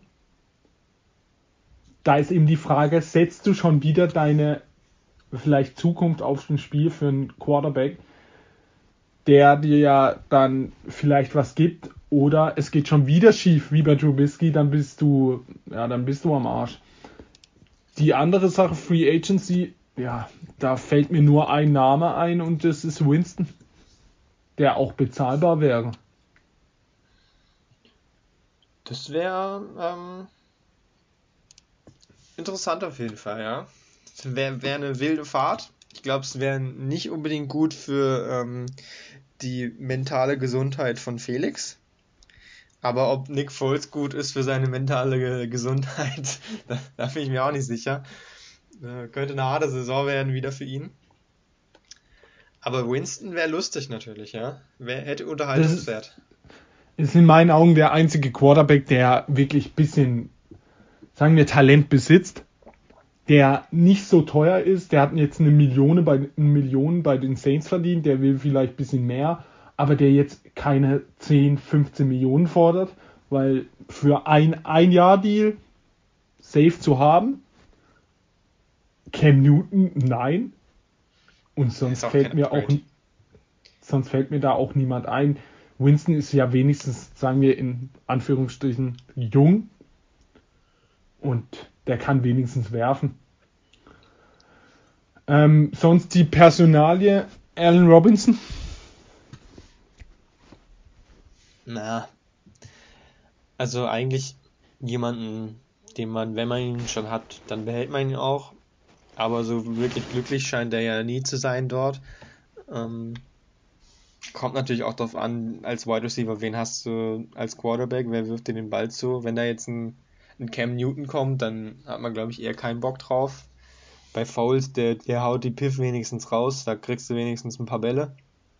Da ist eben die Frage, setzt du schon wieder deine vielleicht Zukunft auf ein Spiel für einen Quarterback, der dir ja dann vielleicht was gibt, oder es geht schon wieder schief wie bei Trubisky, dann bist du am Arsch. Die andere Sache, Free Agency, ja, da fällt mir nur ein Name ein und das ist Winston, der auch bezahlbar wäre. Das wäre interessant auf jeden Fall, ja. Das wär eine wilde Fahrt. Ich glaube, es wäre nicht unbedingt gut für die mentale Gesundheit von Felix. Aber ob Nick Foles gut ist für seine mentale Gesundheit, da bin ich mir auch nicht sicher. Könnte eine harte Saison werden wieder für ihn. Aber Winston wäre lustig natürlich, ja. Hätte Das Unterhaltungswert. ist in meinen Augen der einzige Quarterback, der wirklich ein bisschen, sagen wir, Talent besitzt, der nicht so teuer ist. Der hat jetzt eine Million bei den Saints verdient, der will vielleicht ein bisschen mehr, aber der jetzt keine 10, 15 Millionen fordert, weil für ein Jahr Deal safe zu haben, Cam Newton, nein. Und Ist auch kein Upgrade. sonst fällt mir da auch niemand ein. Winston ist ja wenigstens, sagen wir in Anführungsstrichen, jung und der kann wenigstens werfen. Sonst die Personalie Allen Robinson. Na, also eigentlich jemanden, den man, wenn man ihn schon hat, dann behält man ihn auch. Aber so wirklich glücklich scheint er ja nie zu sein dort. Ähm, Kommt natürlich auch darauf an, als Wide Receiver, wen hast du als Quarterback, wer wirft dir den Ball zu. Wenn da jetzt ein Cam Newton kommt, dann hat man, glaube ich, eher keinen Bock drauf. Bei Foles, der haut die Piff wenigstens raus, da kriegst du wenigstens ein paar Bälle.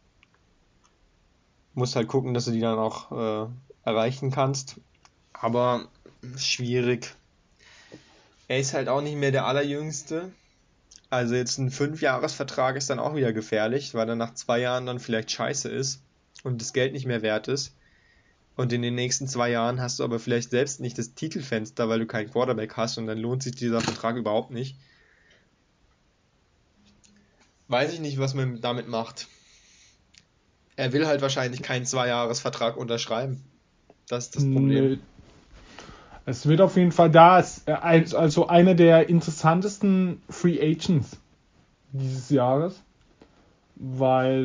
Musst halt gucken, dass du die dann auch erreichen kannst. Aber schwierig. Er ist halt auch nicht mehr der Allerjüngste. Also jetzt ein 5-Jahres-Vertrag ist dann auch wieder gefährlich, weil er nach 2 Jahren dann vielleicht scheiße ist und das Geld nicht mehr wert ist. Und in den nächsten 2 Jahren hast du aber vielleicht selbst nicht das Titelfenster, weil du keinen Quarterback hast und dann lohnt sich dieser Vertrag überhaupt nicht. Weiß ich nicht, was man damit macht. Er will halt wahrscheinlich keinen 2-Jahres-Vertrag unterschreiben. Das ist das Problem. Nö. Es wird auf jeden Fall da, also einer der interessantesten Free Agents dieses Jahres, weil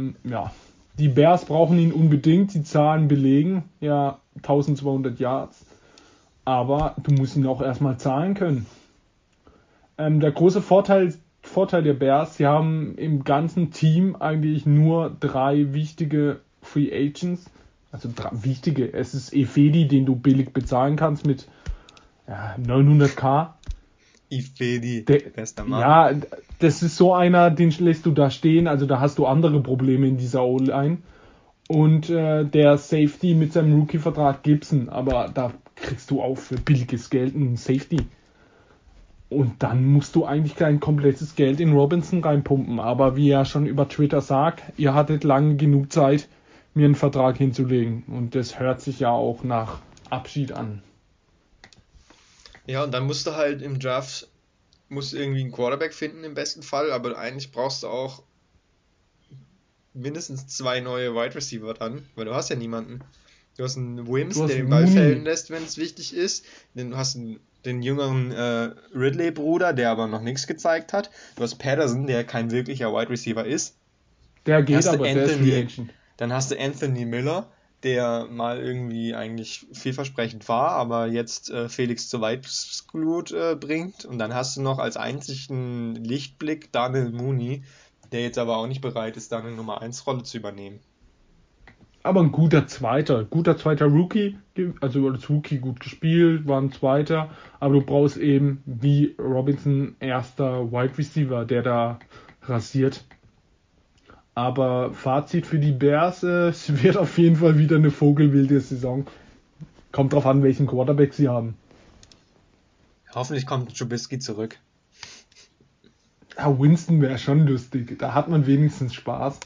die Bears brauchen ihn unbedingt, die Zahlen belegen ja 1200 Yards, aber du musst ihn auch erstmal zahlen können. Der große Vorteil der Bears, sie haben im ganzen Team eigentlich nur 3 wichtige Free Agents, also 3 wichtige. Es ist Efedi, den du billig bezahlen kannst mit 900k. Ifedi, bester Mann. Ja, das ist so einer, den lässt du da stehen, also da hast du andere Probleme in dieser O-Line. Und der Safety mit seinem Rookie-Vertrag Gibson, aber da kriegst du auch für billiges Geld einen Safety. Und dann musst du eigentlich kein komplettes Geld in Robinson reinpumpen. Aber wie er schon über Twitter sagt, ihr hattet lange genug Zeit, mir einen Vertrag hinzulegen. Und das hört sich ja auch nach Abschied an. Ja, und dann musst du halt im Draft irgendwie einen Quarterback finden im besten Fall, aber eigentlich brauchst du auch mindestens 2 neue Wide Receiver dann, weil du hast ja niemanden. Du hast einen Wims, Du hast der den Ball Mooney. fällen lässt, wenn es wichtig ist. Du hast den jüngeren Ridley-Bruder, der aber noch nichts gezeigt hat. Du hast Patterson, der kein wirklicher Wide Receiver ist. Der geht Hast du aber, der ist Free Agent. Dann hast du Anthony Miller, der mal irgendwie eigentlich vielversprechend war, aber jetzt Felix zu Weißglut bringt. Und dann hast du noch als einzigen Lichtblick Daniel Mooney, der jetzt aber auch nicht bereit ist, da eine Nummer 1 Rolle zu übernehmen. Aber ein guter zweiter Rookie, also als Rookie gut gespielt, war ein Zweiter, aber du brauchst eben wie Robinson erster Wide Receiver, der da rasiert. Aber Fazit für die Bears, es wird auf jeden Fall wieder eine vogelwilde Saison. Kommt drauf an, welchen Quarterback sie haben. Hoffentlich kommt Trubisky zurück. Ja, Winston wäre schon lustig, da hat man wenigstens Spaß.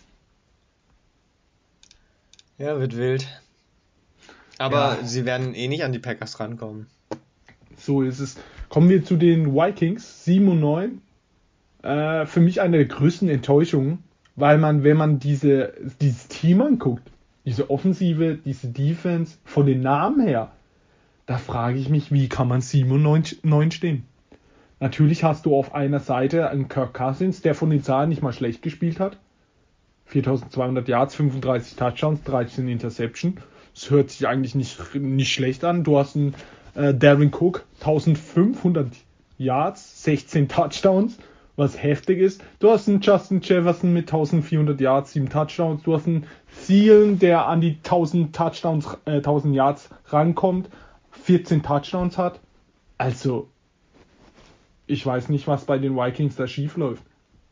Ja, wird wild. Aber Ja, sie werden eh nicht an die Packers rankommen. so ist es. Kommen wir zu den Vikings, 7-9. Für mich eine der größten Enttäuschungen, weil man, wenn man dieses Team anguckt, diese Offensive, diese Defense, von den Namen her, da frage ich mich, wie kann man 7-9 stehen? Natürlich hast du auf einer Seite einen Kirk Cousins, der von den Zahlen nicht mal schlecht gespielt hat. 4200 Yards, 35 Touchdowns, 13 Interception. Das hört sich eigentlich nicht schlecht an. Du hast einen Dalvin Cook, 1500 Yards, 16 Touchdowns, was heftig ist. Du hast einen Justin Jefferson mit 1400 Yards, 7 Touchdowns. Du hast einen Thielen, der an die 1000 Yards rankommt, 14 Touchdowns hat. Also, ich weiß nicht, was bei den Vikings da schief läuft.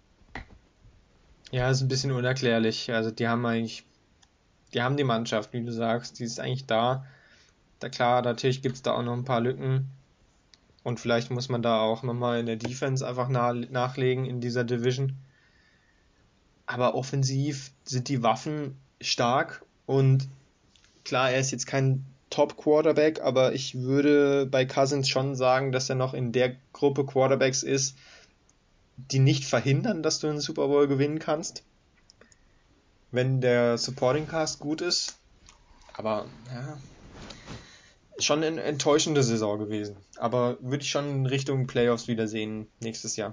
Ja, ist ein bisschen unerklärlich. Also die haben die Mannschaft, wie du sagst, die ist eigentlich da. Da klar, natürlich gibt es da auch noch ein paar Lücken. Und vielleicht muss man da auch nochmal in der Defense einfach nachlegen in dieser Division. Aber offensiv sind die Waffen stark und klar, er ist jetzt kein Top-Quarterback, aber ich würde bei Cousins schon sagen, dass er noch in der Gruppe Quarterbacks ist, die nicht verhindern, dass du einen Super Bowl gewinnen kannst, wenn der Supporting Cast gut ist. Aber ja, schon eine enttäuschende Saison gewesen. Aber würde ich schon in Richtung Playoffs wiedersehen nächstes Jahr.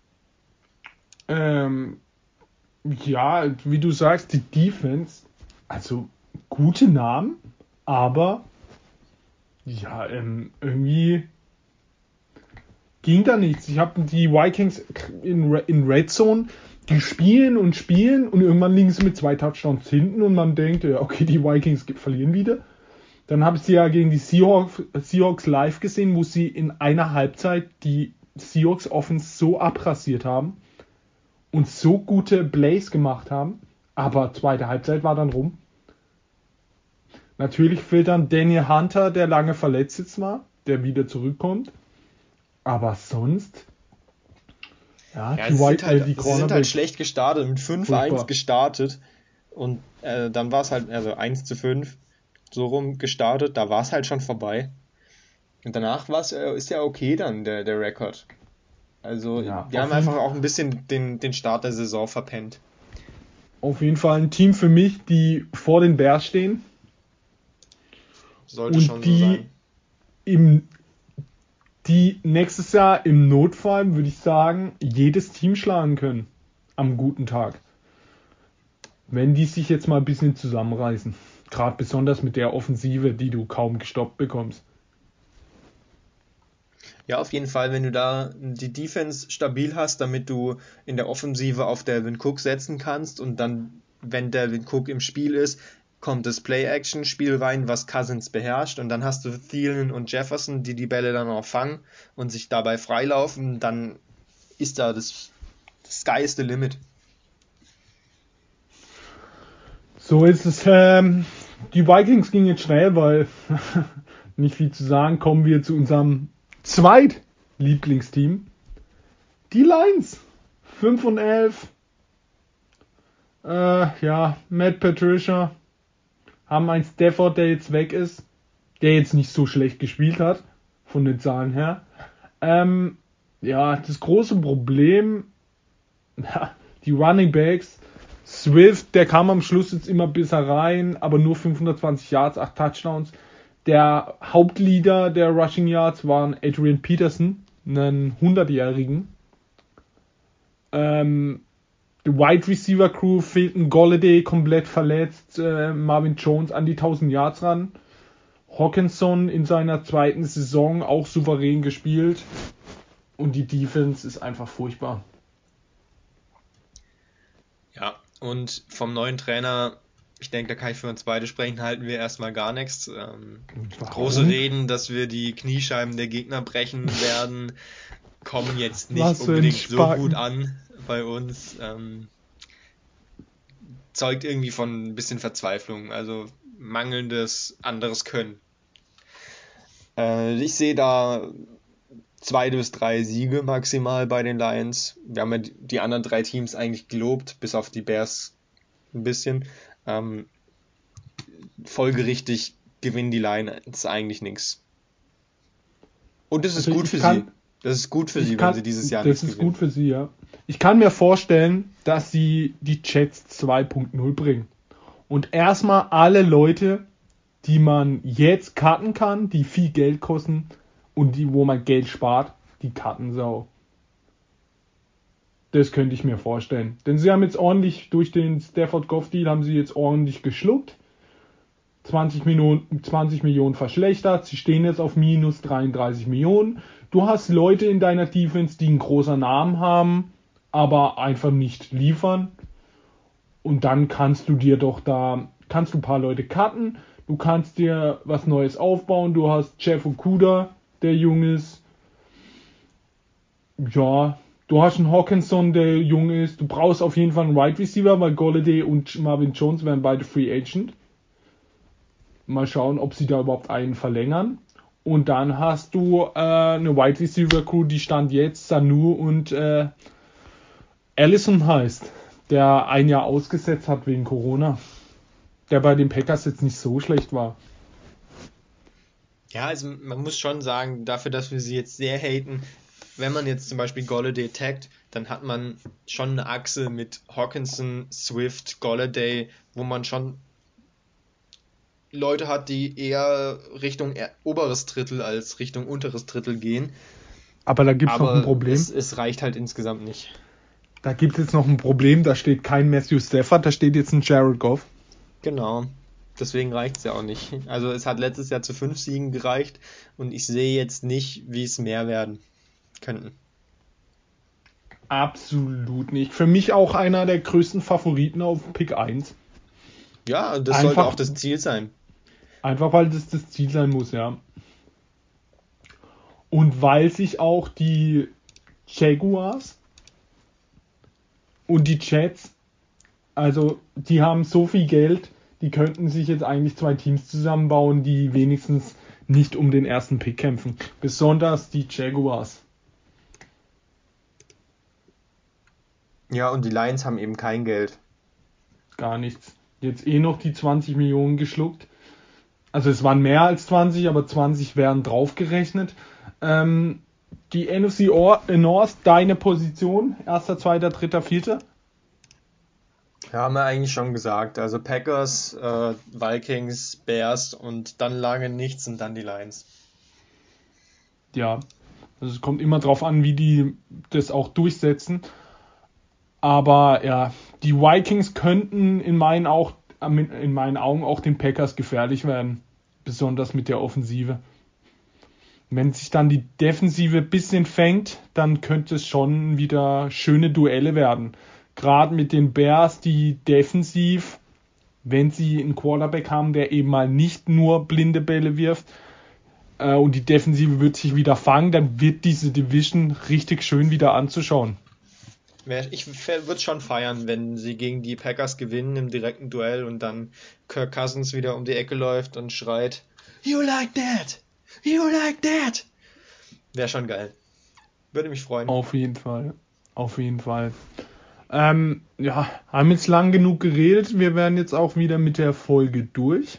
Ähm, ja, wie du sagst, die Defense, also gute Namen, aber ja, irgendwie ging da nichts. Ich habe die Vikings in Red Zone, die spielen und irgendwann liegen sie mit 2 Touchdowns hinten und man denkt, ja, okay, die Vikings verlieren wieder. Dann habe ich sie ja gegen die Seahawks live gesehen, wo sie in einer Halbzeit die Seahawks Offense so abrasiert haben und so gute Plays gemacht haben. Aber zweite Halbzeit war dann rum. Natürlich fehlt dann Daniel Hunter, der lange verletzt jetzt war, der wieder zurückkommt. Aber sonst, ja, Ja, die sie sind halt Cornerbacks, schlecht gestartet, mit 5-1 furchtbar. gestartet und dann war es halt, also 1-5. so rum gestartet, da war es halt schon vorbei. Und danach ist ja okay dann, der Rekord. Also, Ja, die haben einfach auch ein bisschen den Start der Saison verpennt. auf jeden Fall ein Team für mich, die vor den Bears stehen Sollte und schon so sein. im, die nächstes Jahr im Notfall, würde ich sagen, jedes Team schlagen können. Am guten Tag. Wenn die sich jetzt mal ein bisschen zusammenreißen. Gerade besonders mit der Offensive, die du kaum gestoppt bekommst. Ja, auf jeden Fall, wenn du da die Defense stabil hast, damit du in der Offensive auf Dalvin Cook setzen kannst und dann, wenn Dalvin Cook im Spiel ist, kommt das Play-Action-Spiel rein, was Cousins beherrscht und dann hast du Thielen und Jefferson, die die Bälle dann auch fangen und sich dabei freilaufen, dann ist da das Sky is the limit. So ist es. Die Vikings gingen jetzt schnell, weil nicht viel zu sagen. Kommen wir zu unserem Zweitlieblingsteam. Die Lions. 5-11. Ja, Matt Patricia haben einen Stafford, der jetzt weg ist, der jetzt nicht so schlecht gespielt hat, von den Zahlen her. Ja, das große Problem, ja, die Running Backs, Swift, der kam am Schluss jetzt immer besser rein, aber nur 520 Yards, 8 Touchdowns. Der Hauptleader der Rushing Yards waren Adrian Peterson, einen 100-Jährigen. Die Wide Receiver Crew fehlten Golladay komplett verletzt, Marvin Jones an die 1000 Yards ran. Hawkinson in seiner zweiten Saison auch souverän gespielt. Und die Defense ist einfach furchtbar. Ja, und vom neuen Trainer, ich denke, da kann ich für uns beide sprechen, halten wir erstmal gar nichts. Große Warum? Reden, dass wir die Kniescheiben der Gegner brechen werden, kommen jetzt nicht Was für ein unbedingt so gut Spacken. an bei uns. Zeugt irgendwie von ein bisschen Verzweiflung, also mangelndes anderes Können. Ich sehe da 2 bis 3 Siege maximal bei den Lions. Wir haben ja die anderen 3 Teams eigentlich gelobt, bis auf die Bears ein bisschen. Ähm, Folgerichtig gewinnen die Lions eigentlich nichts. Und das ist Also gut für sie. Das ist gut für sie, wenn sie dieses Jahr das nichts ist gut gewinnen. für sie, ja. Ich kann mir vorstellen, dass sie die Jets 2.0 bringen. Und erstmal alle Leute, die man jetzt cutten kann, die viel Geld kosten und die, wo man Geld spart, die cutten sau. Das könnte ich mir vorstellen. Denn sie haben jetzt ordentlich durch den Stafford Goff Deal haben sie jetzt ordentlich geschluckt. 20 Millionen verschlechtert. Sie stehen jetzt auf minus 33 Millionen. Du hast Leute in deiner Defense, die einen großen Namen haben, aber einfach nicht liefern. Und dann kannst du dir doch da, kannst du ein paar Leute cutten. Du kannst dir was Neues aufbauen. Du hast Jeff Okuda, der jung ist. Ja, du hast einen Hawkinson, der jung ist. Du brauchst auf jeden Fall einen Wide Receiver, weil Golladay und Marvin Jones werden beide Free Agent. Mal schauen, ob sie da überhaupt einen verlängern. Und dann hast du eine Wide Receiver Crew, die stand jetzt Sanu und Allison heißt, der ein Jahr ausgesetzt hat wegen Corona. Der bei den Packers jetzt nicht so schlecht war. Ja, also man muss schon sagen, dafür, dass wir sie jetzt sehr haten, wenn man jetzt zum Beispiel Golladay taggt, dann hat man schon eine Achse mit Hawkinson, Swift, Golladay, wo man schon Leute hat, die eher Richtung oberes Drittel als Richtung unteres Drittel gehen. Aber da gibt es noch ein Aber Problem. es reicht halt insgesamt nicht. Da gibt es jetzt noch ein Problem. Da steht kein Matthew Stafford, da steht jetzt ein Jared Goff. Genau. Deswegen reicht es ja auch nicht. Also es hat letztes Jahr zu 5 Siegen gereicht und ich sehe jetzt nicht, wie es mehr werden könnten. Absolut nicht. Für mich auch einer der größten Favoriten auf Pick 1. Ja, das sollte auch Einfach, das Ziel sein. einfach weil das Ziel sein muss, ja. Und weil sich auch die Jaguars und die Jets, also die haben so viel Geld, die könnten sich jetzt eigentlich zwei Teams zusammenbauen, die wenigstens nicht um den ersten Pick kämpfen. Besonders die Jaguars. Ja, und die Lions haben eben kein Geld. Gar nichts. Jetzt eh noch die 20 Millionen geschluckt. Also es waren mehr als 20, aber 20 werden draufgerechnet. Die NFC North, deine Position, erster, zweiter, dritter, vierter? Ja, haben wir eigentlich schon gesagt. Also Packers, Vikings, Bears und dann lange nichts und dann die Lions. Ja, also es kommt immer drauf an, wie die das auch durchsetzen. Aber ja, die Vikings könnten in meinen Augen auch den Packers gefährlich werden. Besonders mit der Offensive. Wenn sich dann die Defensive ein bisschen fängt, dann könnte es schon wieder schöne Duelle werden. Gerade mit den Bears, die defensiv, wenn sie einen Quarterback haben, der eben mal nicht nur blinde Bälle wirft, und die Defensive wird sich wieder fangen, dann wird diese Division richtig schön wieder anzuschauen. Ich würde schon feiern, wenn sie gegen die Packers gewinnen im direkten Duell und dann Kirk Cousins wieder um die Ecke läuft und schreit, "You like that! You like that!" Wäre schon geil. Würde mich freuen. Auf jeden Fall. Auf jeden Fall. Ja, haben jetzt lang genug geredet. Wir werden jetzt auch wieder mit der Folge durch.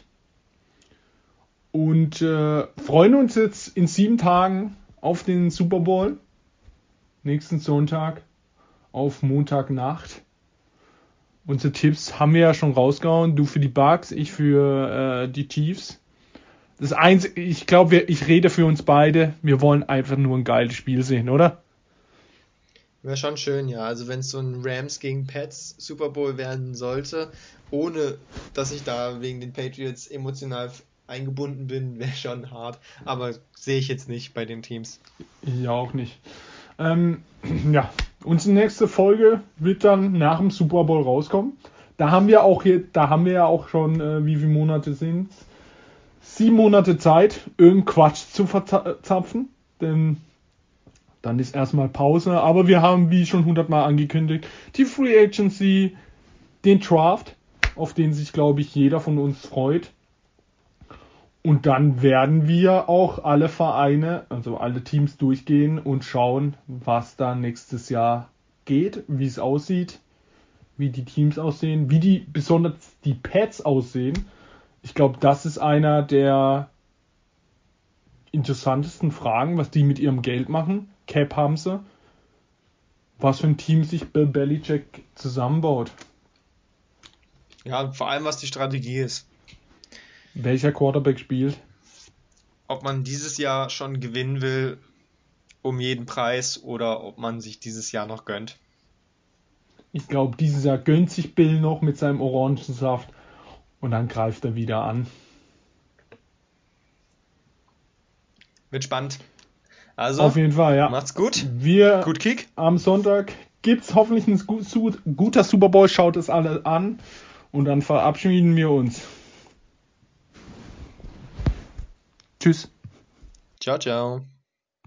Und freuen uns jetzt in 7 Tagen auf den Super Bowl. Nächsten Sonntag auf Montagnacht. Unsere Tipps haben wir ja schon rausgehauen. Du für die Bucks, ich für die Chiefs. Ich glaube, ich rede für uns beide. Wir wollen einfach nur ein geiles Spiel sehen, oder? Wäre schon schön, ja. Also wenn es so ein Rams gegen Pats Super Bowl werden sollte, ohne dass ich da wegen den Patriots emotional eingebunden bin, wäre schon hart. Aber sehe ich jetzt nicht bei den Teams. Ich auch nicht. Ähm, ja, unsere nächste Folge wird dann nach dem Super Bowl rauskommen. Da haben wir ja auch schon, wie viele Monate sind 7 Monate Zeit, irgendeinen Quatsch zu verzapfen. Denn dann ist erstmal Pause. Aber wir haben, wie schon 100-mal angekündigt, die Free Agency, den Draft, auf den sich, glaube ich, jeder von uns freut. Und dann werden wir auch alle Vereine, also alle Teams durchgehen und schauen, was da nächstes Jahr geht, wie es aussieht, wie die Teams aussehen, wie die besonders die Pats aussehen. Ich glaube, das ist einer der interessantesten Fragen, was die mit ihrem Geld machen. Cap haben sie. Was für ein Team sich Bill Belichick zusammenbaut. Ja, vor allem was die Strategie ist. Welcher Quarterback spielt. Ob man dieses Jahr schon gewinnen will um jeden Preis oder ob man sich dieses Jahr noch gönnt. Ich glaube, dieses Jahr gönnt sich Bill noch mit seinem Orangensaft und dann greift er wieder an. Wird spannend. Also, Auf jeden Fall, ja. macht's gut. Wir Gut Kick. am Sonntag gibt's hoffentlich ein guter Super Bowl. Schaut es alle an und dann verabschieden wir uns. Tschüss. Ciao, ciao.